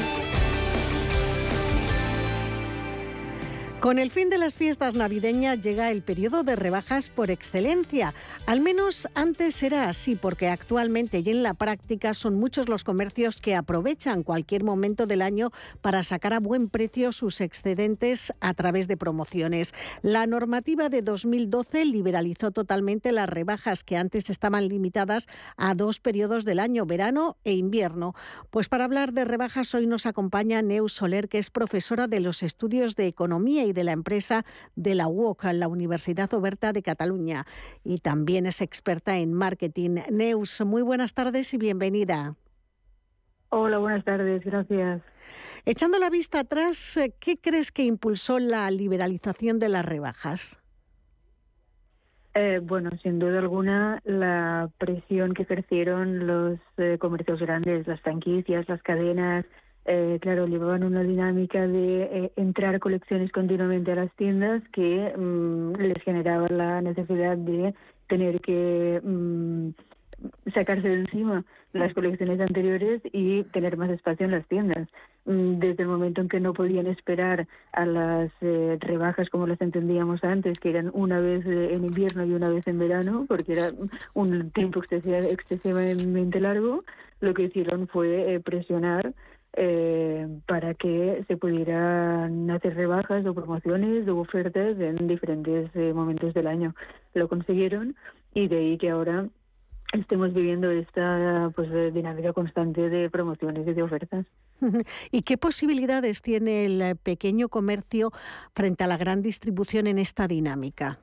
Con el fin de las fiestas navideñas llega el periodo de rebajas por excelencia. Al menos antes era así, porque actualmente y en la práctica son muchos los comercios que aprovechan cualquier momento del año para sacar a buen precio sus excedentes a través de promociones. La normativa de dos mil doce liberalizó totalmente las rebajas que antes estaban limitadas a dos periodos del año, verano e invierno. Pues para hablar de rebajas hoy nos acompaña Neus Soler, que es profesora de los estudios de Economía y de la empresa de la U O C, la Universidad Oberta de Cataluña, y también es experta en marketing. Neus, muy buenas tardes y bienvenida. Hola, buenas tardes, gracias. Echando la vista atrás, ¿qué crees que impulsó la liberalización de las rebajas? Eh, bueno, sin duda alguna, la presión que ejercieron los eh, comercios grandes, las franquicias, las cadenas. Eh, claro, llevaban una dinámica de eh, entrar colecciones continuamente a las tiendas que mmm, les generaba la necesidad de tener que mmm, sacarse de encima las colecciones anteriores y tener más espacio en las tiendas. Mm, desde el momento en que no podían esperar a las eh, rebajas como las entendíamos antes, que eran una vez eh, en invierno y una vez en verano, porque era un tiempo excesiv- excesivamente largo, lo que hicieron fue eh, presionar Eh, para que se pudieran hacer rebajas o promociones o ofertas en diferentes eh, momentos del año. Lo consiguieron y de ahí que ahora estemos viviendo esta pues dinámica constante de promociones y de ofertas. ¿Y qué posibilidades tiene el pequeño comercio frente a la gran distribución en esta dinámica?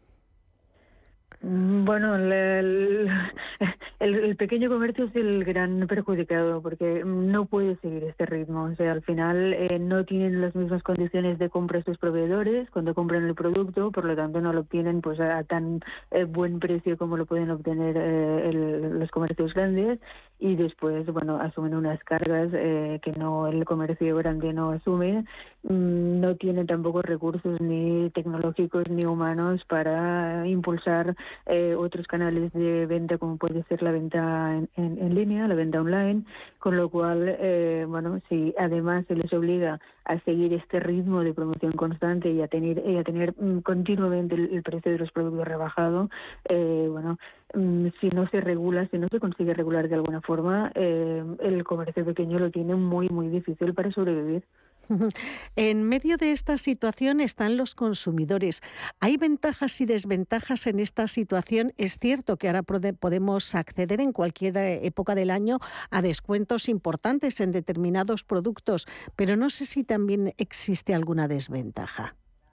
Bueno, el, el, el pequeño comercio es el gran perjudicado porque no puede seguir este ritmo. O sea, al final eh, no tienen las mismas condiciones de compra sus proveedores cuando compran el producto, por lo tanto no lo obtienen pues a, a tan eh, buen precio como lo pueden obtener eh, el, los comercios grandes, y después, bueno, asumen unas cargas eh, que no el comercio grande no asume. Mm, no tienen tampoco recursos ni tecnológicos ni humanos para impulsar Eh, otros canales de venta, como puede ser la venta en, en, en línea, la venta online, con lo cual, eh, bueno, si además se les obliga a seguir este ritmo de promoción constante y a tener, y a tener mm, continuamente el, el precio de los productos rebajado, eh, bueno, mm, si no se regula, si no se consigue regular de alguna forma, eh, el comercio pequeño lo tiene muy, muy difícil para sobrevivir. En medio de esta situación están los consumidores. ¿Hay ventajas y desventajas en esta situación? Es cierto que ahora podemos acceder en cualquier época del año a descuentos importantes en determinados productos, pero no sé si también existe alguna desventaja.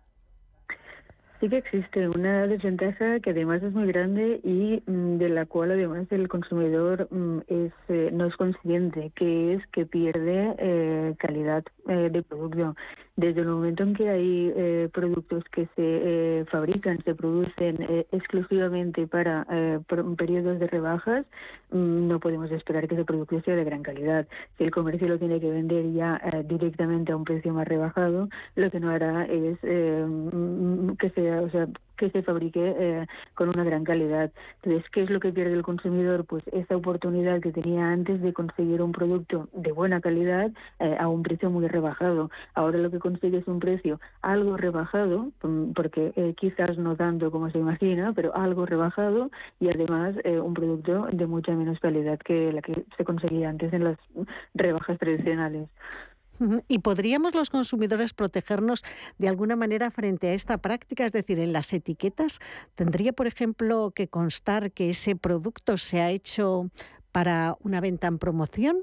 Sí que existe una desventaja que además es muy grande y mm, de la cual además el consumidor mm, es, eh, no es consciente, que es que pierde eh, calidad eh, de producto. Desde el momento en que hay eh, productos que se eh, fabrican, se producen eh, exclusivamente para eh, periodos de rebajas, mmm, no podemos esperar que ese producto sea de gran calidad. Si el comercio lo tiene que vender ya eh, directamente a un precio más rebajado, lo que no hará es eh, que sea, o sea, que se fabrique eh, con una gran calidad. Entonces, ¿qué es lo que pierde el consumidor? Pues esa oportunidad que tenía antes de conseguir un producto de buena calidad eh, a un precio muy rebajado. Ahora lo que consigue es un precio algo rebajado, porque eh, quizás no tanto como se imagina, pero algo rebajado, y además eh, un producto de mucha menos calidad que la que se conseguía antes en las rebajas tradicionales. ¿Y podríamos los consumidores protegernos de alguna manera frente a esta práctica? Es decir, en las etiquetas, ¿tendría, por ejemplo, que constar que ese producto se ha hecho para una venta en promoción?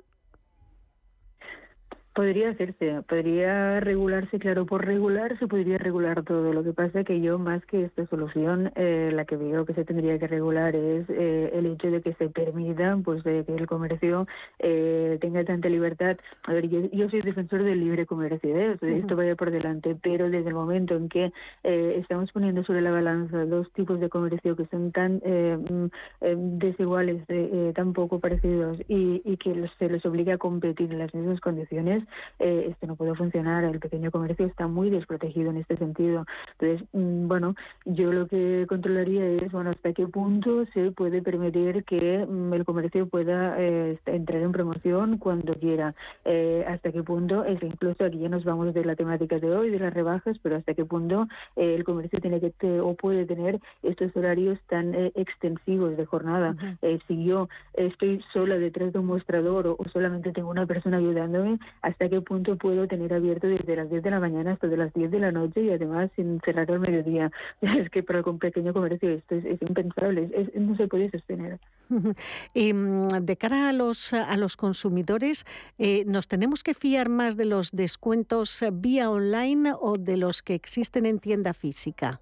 Podría hacerse, podría regularse, claro, por regular se podría regular todo. Lo que pasa es que yo, más que esta solución, eh, la que veo que se tendría que regular es eh, el hecho de que se permita, pues, de que el comercio eh, tenga tanta libertad. A ver, yo, yo soy defensor del libre comercio, ¿eh? O sea, esto vaya por delante, pero desde el momento en que eh, estamos poniendo sobre la balanza dos tipos de comercio que son tan eh, eh, desiguales, eh, tan poco parecidos, y, y que los, se les obliga a competir en las mismas condiciones, Eh, esto no puede funcionar. El pequeño comercio está muy desprotegido en este sentido. Entonces, mm, bueno, yo lo que controlaría es, bueno, hasta qué punto se puede permitir que mm, el comercio pueda eh, entrar en promoción cuando quiera, eh, hasta qué punto, es incluso aquí ya nos vamos de la temática de hoy, de las rebajas, pero hasta qué punto eh, el comercio tiene que te, o puede tener estos horarios tan eh, extensivos de jornada. Uh-huh. Eh, si yo estoy sola detrás de un mostrador o, o solamente tengo una persona ayudándome, hasta qué punto puedo tener abierto desde las diez de la mañana hasta de las diez de la noche y además sin cerrar al mediodía. Es que para un pequeño comercio esto es, es impensable, es, no se puede sostener. Y de cara a los, a los consumidores, eh, ¿nos tenemos que fiar más de los descuentos vía online o de los que existen en tienda física?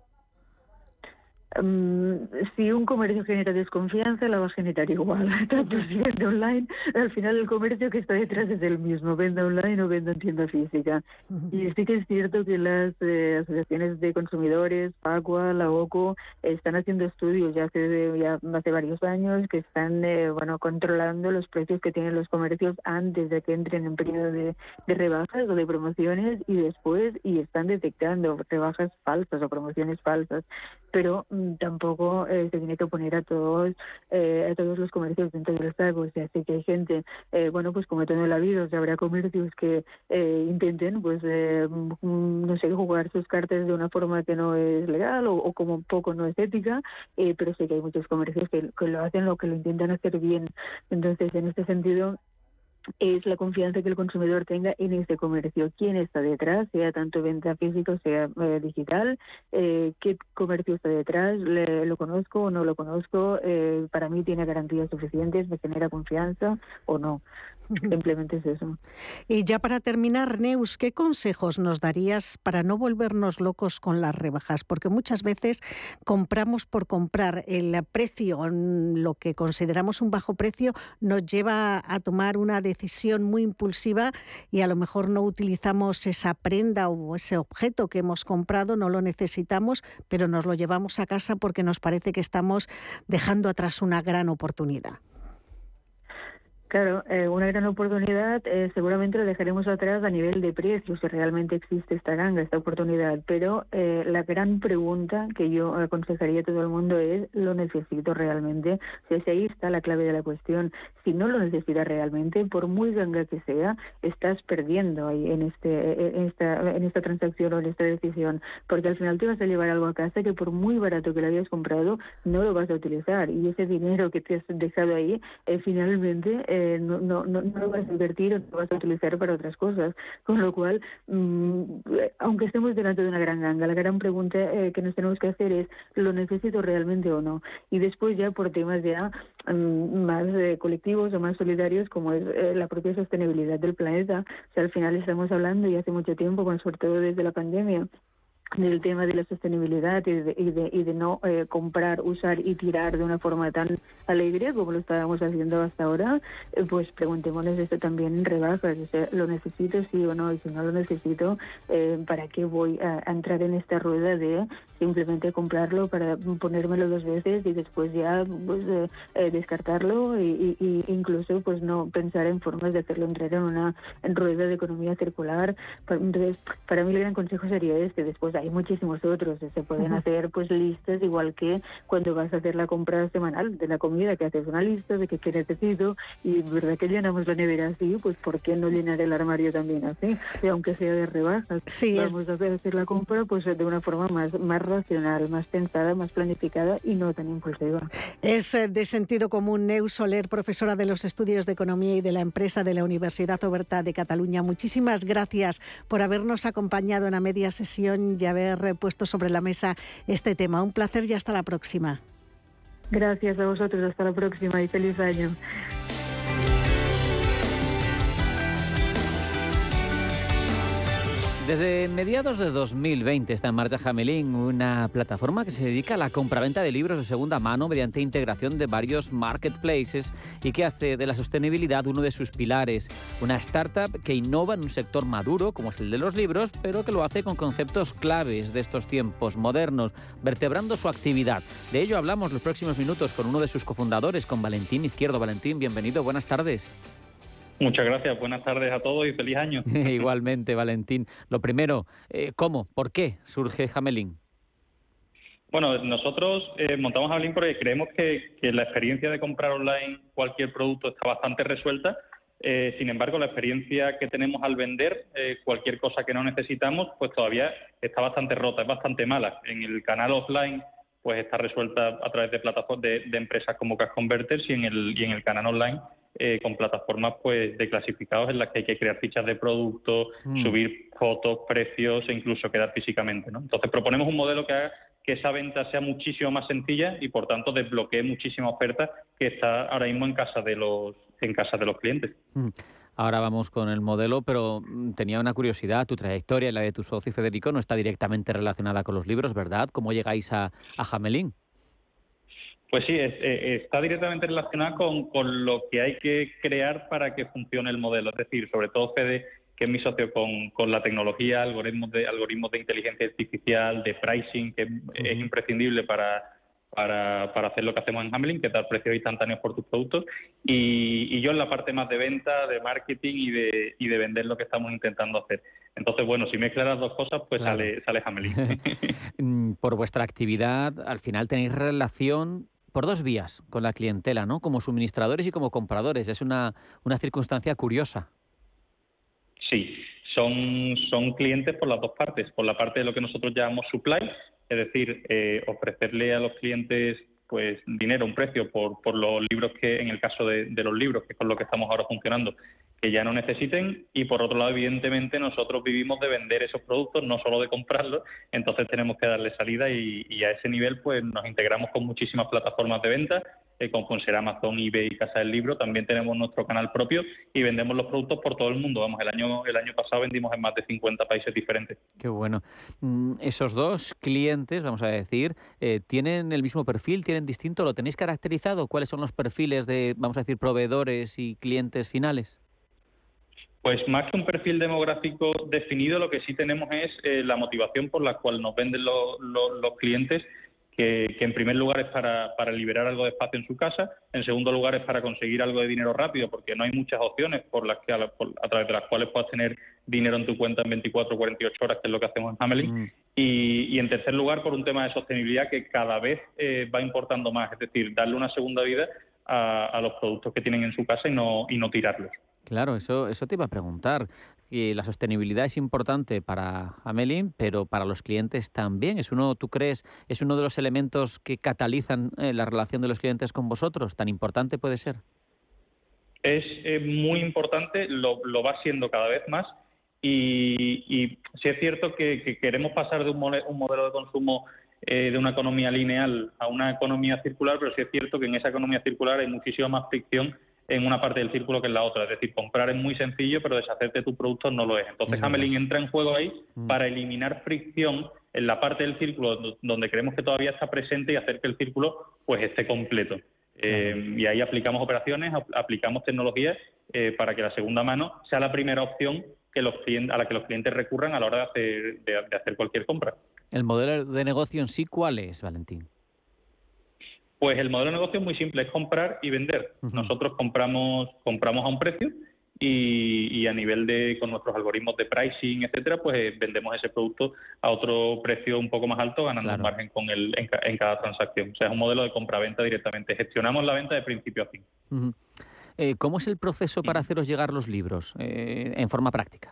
Um, si un comercio genera desconfianza, la va a generar igual. Tanto si vende online, al final el comercio que está detrás es el mismo, venda online o venda en tienda física. Uh-huh. Y sí que es cierto que las eh, asociaciones de consumidores, Facua, la OCO, están haciendo estudios ya hace, ya hace varios años que están eh, bueno, controlando los precios que tienen los comercios antes de que entren en periodo de, de rebajas o de promociones y después, y están detectando rebajas falsas o promociones falsas. Pero tampoco eh, se tiene que poner a todos eh, a todos los comercios dentro del saco. O sea, sí que hay gente, eh, bueno, pues como todo en la vida, o sea, habrá comercios que eh, intenten, pues, eh, no sé, jugar sus cartas de una forma que no es legal o, o como un poco no es ética, eh, pero sí que hay muchos comercios que, que lo hacen o que lo intentan hacer bien. Entonces, en este sentido, es la confianza que el consumidor tenga en este comercio. ¿Quién está detrás? Sea tanto venta física o sea eh, digital. Eh, ¿Qué comercio está detrás? ¿Le, ¿Lo conozco o no lo conozco? Eh, para mí tiene garantías suficientes, me genera confianza o no. Simplemente es eso. Y ya para terminar, Neus, ¿qué consejos nos darías para no volvernos locos con las rebajas? Porque muchas veces compramos por comprar. El precio, lo que consideramos un bajo precio, nos lleva a tomar una decisión muy impulsiva y a lo mejor no utilizamos esa prenda o ese objeto que hemos comprado, no lo necesitamos, pero nos lo llevamos a casa porque nos parece que estamos dejando atrás una gran oportunidad. Claro, eh, una gran oportunidad eh, seguramente lo dejaremos atrás a nivel de precios, si realmente existe esta ganga, esta oportunidad, pero eh, la gran pregunta que yo aconsejaría a todo el mundo es, ¿lo necesito realmente? O sea, si ahí está la clave de la cuestión. Si no lo necesitas realmente, por muy ganga que sea, estás perdiendo ahí en, este, en, esta, en esta transacción o en esta decisión, porque al final te vas a llevar algo a casa que por muy barato que lo hayas comprado, no lo vas a utilizar, y ese dinero que te has dejado ahí, eh, finalmente... Eh, Eh, no, no, no, no lo vas a invertir o no lo vas a utilizar para otras cosas. Con lo cual, mmm, aunque estemos delante de una gran ganga, la gran pregunta eh, que nos tenemos que hacer es, ¿lo necesito realmente o no? Y después ya por temas ya mmm, más eh, colectivos o más solidarios, como es eh, la propia sostenibilidad del planeta. O sea, al final estamos hablando, y hace mucho tiempo, bueno, sobre todo desde la pandemia, del tema de la sostenibilidad y de, y de, y de no eh, comprar, usar y tirar de una forma tan alegre como lo estábamos haciendo hasta ahora, eh, pues preguntémonos esto también en rebajas, o sea, ¿lo necesito sí o no? Y si no lo necesito, eh, ¿para qué voy a, a entrar en esta rueda de simplemente comprarlo para ponérmelo dos veces y después ya pues eh, eh, descartarlo y, y, y incluso pues no pensar en formas de hacerlo entrar en una en rueda de economía circular? Entonces, para mí el gran consejo sería este. Después hay muchísimos otros, se pueden uh-huh. hacer pues listas, igual que cuando vas a hacer la compra semanal de la comida, que haces una lista de que qué necesito, y verdad que llenamos la nevera así, pues ¿por qué no llenar el armario también así? Y aunque sea de rebajas, sí, vamos es... a hacer la compra pues de una forma más, más racional, más pensada, más planificada y no tan impulsiva. Es de sentido común. Neus Soler, profesora de los estudios de Economía y de la Empresa de la Universidad Oberta de Cataluña. Muchísimas gracias por habernos acompañado en la media sesión y haber puesto sobre la mesa este tema. Un placer y hasta la próxima. Gracias a vosotros, hasta la próxima y feliz año. Desde mediados de dos mil veinte está en marcha Hamelin, una plataforma que se dedica a la compraventa de libros de segunda mano mediante integración de varios marketplaces y que hace de la sostenibilidad uno de sus pilares. Una startup que innova en un sector maduro como es el de los libros, pero que lo hace con conceptos claves de estos tiempos modernos, vertebrando su actividad. De ello hablamos los próximos minutos con uno de sus cofundadores, con Valentín Izquierdo. Valentín, bienvenido, buenas tardes. Muchas gracias, buenas tardes a todos y feliz año. Igualmente, Valentín. Lo primero, eh, ¿cómo, por qué surge Hamelin? Bueno, nosotros eh, montamos Hamelin porque creemos que, que la experiencia de comprar online cualquier producto está bastante resuelta. Eh, sin embargo, la experiencia que tenemos al vender eh, cualquier cosa que no necesitamos, pues todavía está bastante rota, es bastante mala. En el canal offline pues está resuelta a través de plataformas de, de empresas como Cash Converters y en el, y en el canal online Eh, con plataformas pues de clasificados en las que hay que crear fichas de producto, mm. subir fotos, precios e incluso quedar físicamente, ¿no? Entonces proponemos un modelo que haga que esa venta sea muchísimo más sencilla y por tanto desbloquee muchísima oferta que está ahora mismo en casa de los en casa de los clientes. Mm. Ahora vamos con el modelo, pero tenía una curiosidad. Tu trayectoria y la de tu socio Federico no está directamente relacionada con los libros, ¿verdad? ¿Cómo llegáis a, a Hamelin? Pues sí, es, eh, está directamente relacionada con, con lo que hay que crear para que funcione el modelo. Es decir, sobre todo Fede, que es mi socio, con, con la tecnología, algoritmos de algoritmos de inteligencia artificial, de pricing, que uh-huh. es imprescindible para, para, para hacer lo que hacemos en Hamelin, que es dar precios instantáneos por tus productos. Y, y yo en la parte más de venta, de marketing y de, y de vender lo que estamos intentando hacer. Entonces, bueno, si mezclas las dos cosas, pues claro. sale, sale Hamelin. Por vuestra actividad, al final tenéis relación por dos vías con la clientela, ¿no? Como suministradores y como compradores. Es una, una circunstancia curiosa. Sí, son, son clientes por las dos partes. Por la parte de lo que nosotros llamamos supply, es decir, eh, ofrecerle a los clientes pues dinero, un precio por, por los libros que, en el caso de, de los libros, que es con lo que estamos ahora funcionando, que ya no necesiten, y por otro lado, evidentemente, nosotros vivimos de vender esos productos, no solo de comprarlos, entonces tenemos que darle salida y, y a ese nivel pues nos integramos con muchísimas plataformas de venta, eh, como pueden ser Amazon, eBay, Casa del Libro. También tenemos nuestro canal propio y vendemos los productos por todo el mundo. Vamos, el año el año pasado vendimos en más de cincuenta países diferentes. Qué bueno. Esos dos clientes, vamos a decir, eh, ¿tienen el mismo perfil? ¿Tienen distinto? ¿Lo tenéis caracterizado? ¿Cuáles son los perfiles de, vamos a decir, proveedores y clientes finales? Pues más que un perfil demográfico definido, lo que sí tenemos es eh, la motivación por la cual nos venden los, los, los clientes, que, que en primer lugar es para, para liberar algo de espacio en su casa, en segundo lugar es para conseguir algo de dinero rápido, porque no hay muchas opciones por las que a, por, a través de las cuales puedas tener dinero en tu cuenta en veinticuatro o cuarenta y ocho horas, que es lo que hacemos en Hamelin. Mm. Y, y en tercer lugar, por un tema de sostenibilidad que cada vez eh, va importando más, es decir, darle una segunda vida a, a los productos que tienen en su casa y no, y no tirarlos. Claro, eso, eso te iba a preguntar. Y la sostenibilidad es importante para Hamelin, pero para los clientes también. ¿Es uno, tú crees, es uno de los elementos que catalizan eh, la relación de los clientes con vosotros? ¿Tan importante puede ser? Es eh, muy importante, lo, lo va siendo cada vez más. Y, y sí es cierto que, que queremos pasar de un, mole, un modelo de consumo eh, de una economía lineal a una economía circular, pero sí es cierto que en esa economía circular hay muchísima más fricción en una parte del círculo que en la otra. Es decir, comprar es muy sencillo, pero deshacerte de tu producto no lo es. Entonces, Hamelin entra en juego ahí mm. para eliminar fricción en la parte del círculo donde creemos que todavía está presente y hacer que el círculo pues esté completo. Eh, mm. Y ahí aplicamos operaciones, aplicamos tecnologías eh, para que la segunda mano sea la primera opción que los clientes, a la que los clientes recurran a la hora de hacer, de, de hacer cualquier compra. ¿El modelo de negocio en sí cuál es, Valentín? Pues el modelo de negocio es muy simple, es comprar y vender. Uh-huh. Nosotros compramos compramos a un precio y, y a nivel de, con nuestros algoritmos de pricing, etcétera, pues eh, vendemos ese producto a otro precio un poco más alto, ganando claro. un margen con el, en, en cada transacción. O sea, es un modelo de compra-venta directamente. Gestionamos la venta de principio a fin. Uh-huh. Eh, ¿Cómo es el proceso para haceros llegar los libros eh, en forma práctica?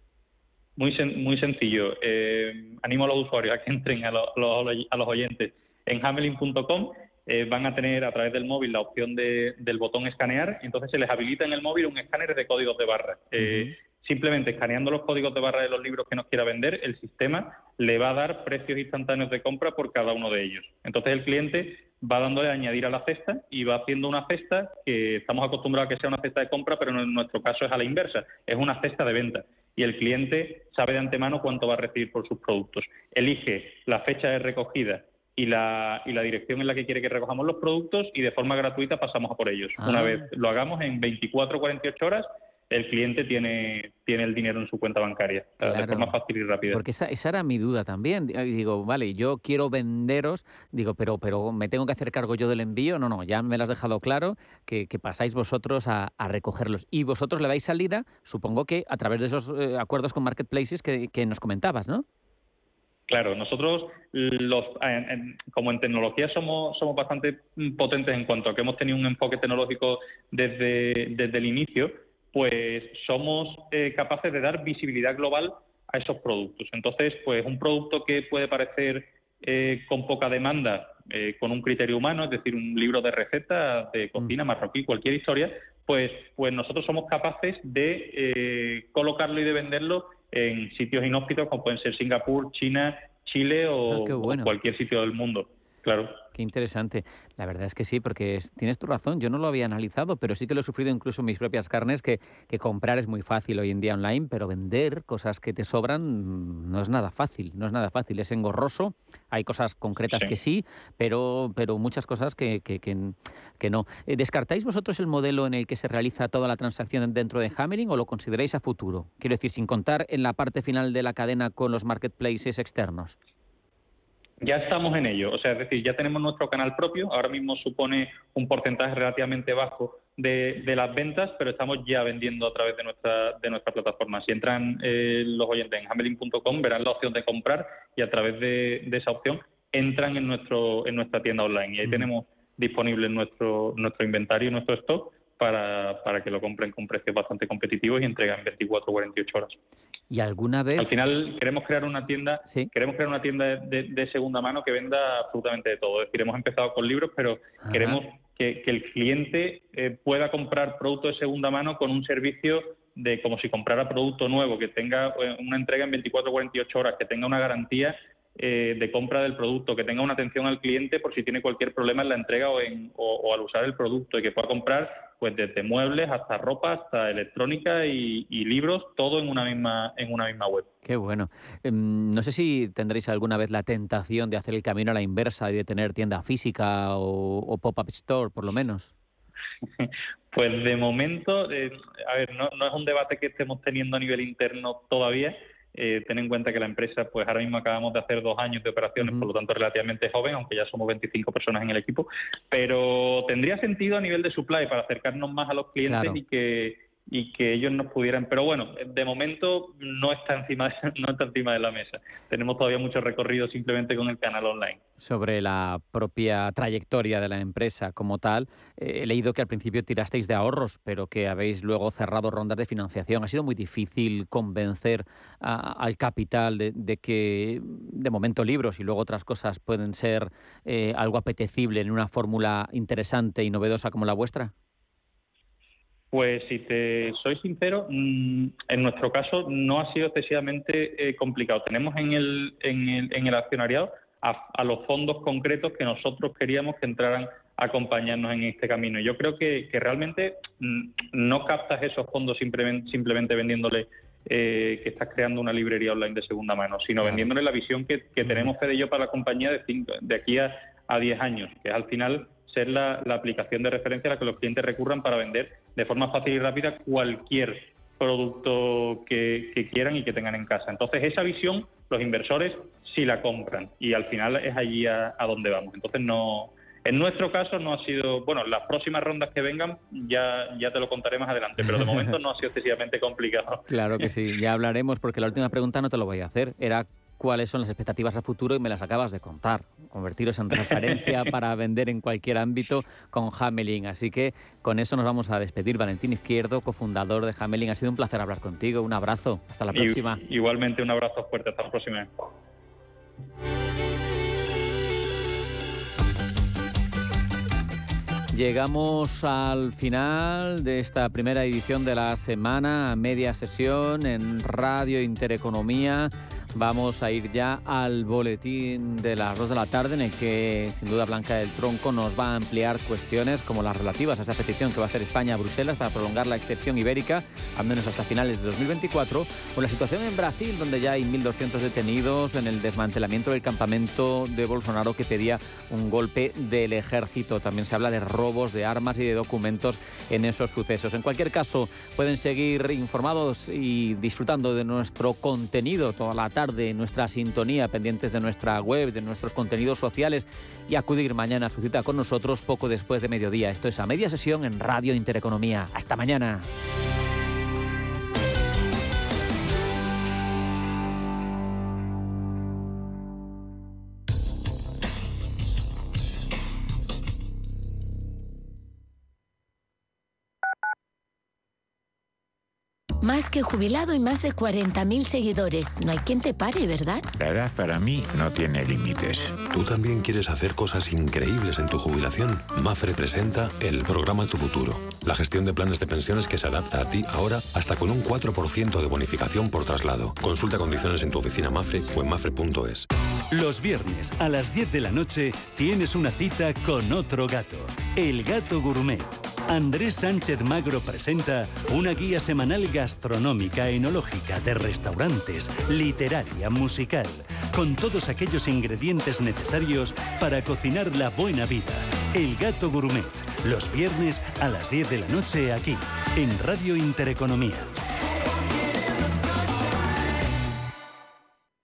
Muy, sen- muy sencillo. Eh, animo a los usuarios a que entren a, lo, lo, a los oyentes en hamelin punto com. Eh, van a tener a través del móvil la opción de, del botón escanear, y entonces se les habilita en el móvil un escáner de códigos de barra. Eh, uh-huh. Simplemente escaneando los códigos de barra de los libros que nos quiera vender, el sistema le va a dar precios instantáneos de compra por cada uno de ellos. Entonces el cliente va dándole a añadir a la cesta y va haciendo una cesta que estamos acostumbrados a que sea una cesta de compra, pero en nuestro caso es a la inversa, es una cesta de venta. Y el cliente sabe de antemano cuánto va a recibir por sus productos. Elige la fecha de recogida y la y la dirección en la que quiere que recojamos los productos, y de forma gratuita pasamos a por ellos. Ah. Una vez lo hagamos, en veinticuatro o cuarenta y ocho horas, el cliente tiene, tiene el dinero en su cuenta bancaria, claro, de forma fácil y rápida. Porque esa, esa era mi duda también. Digo, vale, yo quiero venderos, digo, pero pero ¿me tengo que hacer cargo yo del envío? No, no, ya me lo has dejado claro, que, que pasáis vosotros a, a recogerlos. Y vosotros le dais salida, supongo que a través de esos eh, acuerdos con marketplaces que, que nos comentabas, ¿no? Claro, nosotros los, en, en, como en tecnología somos somos bastante potentes en cuanto a que hemos tenido un enfoque tecnológico desde, desde el inicio, pues somos eh, capaces de dar visibilidad global a esos productos. Entonces, pues un producto que puede parecer eh, con poca demanda, eh, con un criterio humano, es decir, un libro de recetas de cocina marroquí, cualquier historia, pues, pues nosotros somos capaces de eh, colocarlo y de venderlo en sitios inhóspitos como pueden ser Singapur, China, Chile o, ah, bueno. o cualquier sitio del mundo. Claro. Qué interesante. La verdad es que sí, porque es, tienes tu razón. Yo no lo había analizado, pero sí que lo he sufrido incluso en mis propias carnes, que, que comprar es muy fácil hoy en día online, pero vender cosas que te sobran no es nada fácil. No es nada fácil, es engorroso. Hay cosas concretas sí. que sí, pero, pero muchas cosas que, que, que, que no. ¿Descartáis vosotros el modelo en el que se realiza toda la transacción dentro de Hamelin o lo consideráis a futuro? Quiero decir, sin contar en la parte final de la cadena con los marketplaces externos. Ya estamos en ello, o sea, es decir, ya tenemos nuestro canal propio, ahora mismo supone un porcentaje relativamente bajo de, de las ventas, pero estamos ya vendiendo a través de nuestra de nuestra plataforma. Si entran eh, los oyentes en hamelin punto com, verán la opción de comprar y a través de, de esa opción entran en nuestro en nuestra tienda online y ahí mm. tenemos disponible nuestro nuestro inventario y nuestro stock para, para que lo compren con precios bastante competitivos y entregan en veinticuatro o cuarenta y ocho horas. ¿Y alguna vez? Al final queremos crear una tienda, ¿Sí? queremos crear una tienda de, de segunda mano que venda absolutamente de todo. Es decir, hemos empezado con libros, pero Ajá. queremos que, que el cliente eh, pueda comprar producto de segunda mano con un servicio de como si comprara producto nuevo, que tenga una entrega en veinticuatro o cuarenta y ocho horas, que tenga una garantía eh, de compra del producto, que tenga una atención al cliente por si tiene cualquier problema en la entrega o, en, o, o al usar el producto, y que pueda comprar pues desde muebles hasta ropa, hasta electrónica y, y libros, todo en una misma en una misma web. Qué bueno. No sé si tendréis alguna vez la tentación de hacer el camino a la inversa y de tener tienda física o, o pop-up store, por lo menos. Pues de momento, eh, a ver, no, no es un debate que estemos teniendo a nivel interno todavía. Eh, ten en cuenta que la empresa, pues ahora mismo acabamos de hacer dos años de operaciones, uh-huh. por lo tanto relativamente joven, aunque ya somos veinticinco personas en el equipo, pero tendría sentido a nivel de supply para acercarnos más a los clientes claro. y que y que ellos nos pudieran, pero bueno, de momento no está encima de, no está encima de la mesa. Tenemos todavía mucho recorrido simplemente con el canal online. Sobre la propia trayectoria de la empresa como tal, eh, he leído que al principio tirasteis de ahorros, pero que habéis luego cerrado rondas de financiación. ¿Ha sido muy difícil convencer a, al capital de, de que, de momento, libros y luego otras cosas pueden ser eh, algo apetecible en una fórmula interesante y novedosa como la vuestra? Pues si te soy sincero, en nuestro caso no ha sido excesivamente eh, complicado. Tenemos en el, en el, en el accionariado a, a los fondos concretos que nosotros queríamos que entraran a acompañarnos en este camino. Yo creo que, que realmente no captas esos fondos simplemente, simplemente vendiéndole eh, que estás creando una librería online de segunda mano, sino vendiéndole la visión que, que tenemos Fede y yo para la compañía de, cinco, de aquí a, a diez años, que es al final ser la, la aplicación de referencia a la que los clientes recurran para vender de forma fácil y rápida cualquier producto que, que quieran y que tengan en casa. Entonces, esa visión, los inversores sí la compran y al final es allí a, a donde vamos. Entonces, no, en nuestro caso no ha sido... Bueno, las próximas rondas que vengan ya, ya te lo contaré más adelante, pero de momento no ha sido excesivamente complicado. Claro que sí, ya hablaremos, porque la última pregunta no te lo voy a hacer. Era cuáles son las expectativas al futuro y me las acabas de contar. Convertiros en referencia para vender en cualquier ámbito con Hamelin. Así que con eso nos vamos a despedir. Valentín Izquierdo, cofundador de Hamelin. Ha sido un placer hablar contigo. Un abrazo. Hasta la próxima. Y, igualmente un abrazo fuerte. Hasta la próxima. Llegamos al final de esta primera edición de la semana, a media sesión en Radio Intereconomía. Vamos a ir ya al boletín de las dos de la tarde, en el que, sin duda, Blanca del Tronco nos va a ampliar cuestiones como las relativas a esa petición que va a hacer España a Bruselas para prolongar la excepción ibérica, al menos hasta finales de dos mil veinticuatro, o la situación en Brasil, donde ya hay mil doscientos detenidos en el desmantelamiento del campamento de Bolsonaro que pedía un golpe del ejército. También se habla de robos de armas y de documentos en esos sucesos. En cualquier caso, pueden seguir informados y disfrutando de nuestro contenido toda la tarde, de nuestra sintonía, pendientes de nuestra web, de nuestros contenidos sociales, y acudir mañana a su cita con nosotros poco después de mediodía. Esto es A Media Sesión en Radio Intereconomía. Hasta mañana. Más que jubilado y más de cuarenta mil seguidores. No hay quien te pare, ¿verdad? La edad para mí no tiene límites. ¿Tú también quieres hacer cosas increíbles en tu jubilación? Mafre presenta el programa Tu Futuro. La gestión de planes de pensiones que se adapta a ti ahora hasta con un cuatro por ciento de bonificación por traslado. Consulta condiciones en tu oficina Mafre o en mafre punto es. Los viernes a las diez de la noche tienes una cita con otro gato. El Gato Gourmet. Andrés Sánchez Magro presenta una guía semanal gastronómica, enológica, de restaurantes, literaria, musical, con todos aquellos ingredientes necesarios para cocinar la buena vida. El Gato Gourmet, los viernes a las diez de la noche aquí, en Radio Intereconomía.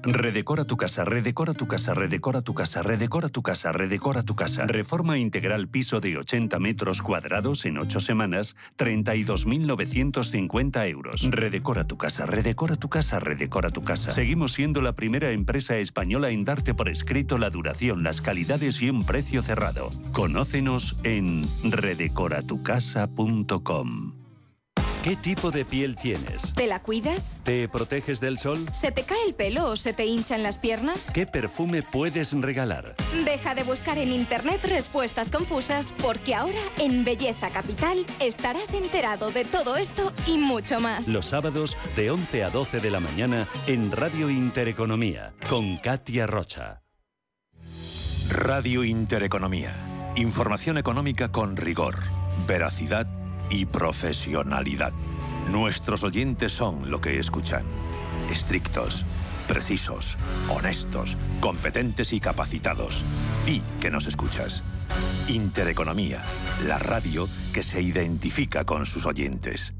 Redecora tu casa, redecora tu casa, redecora tu casa, redecora tu casa, redecora tu casa. Reforma integral piso de ochenta metros cuadrados en ocho semanas, treinta y dos mil novecientos cincuenta euros. Redecora tu casa, redecora tu casa, redecora tu casa. Seguimos siendo la primera empresa española en darte por escrito la duración, las calidades y un precio cerrado. Conócenos en redecora tu casa punto com. ¿Qué tipo de piel tienes? ¿Te la cuidas? ¿Te proteges del sol? ¿Se te cae el pelo o se te hinchan las piernas? ¿Qué perfume puedes regalar? Deja de buscar en internet respuestas confusas, porque ahora en Belleza Capital estarás enterado de todo esto y mucho más. Los sábados de once a doce de la mañana en Radio Intereconomía con Katia Rocha. Radio Intereconomía. Información económica con rigor, veracidad y profesionalidad. Nuestros oyentes son lo que escuchan. Estrictos, precisos, honestos, competentes y capacitados. Di que nos escuchas. Intereconomía, la radio que se identifica con sus oyentes.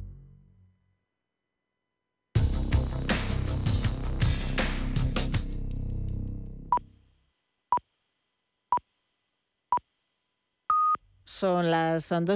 Son las dos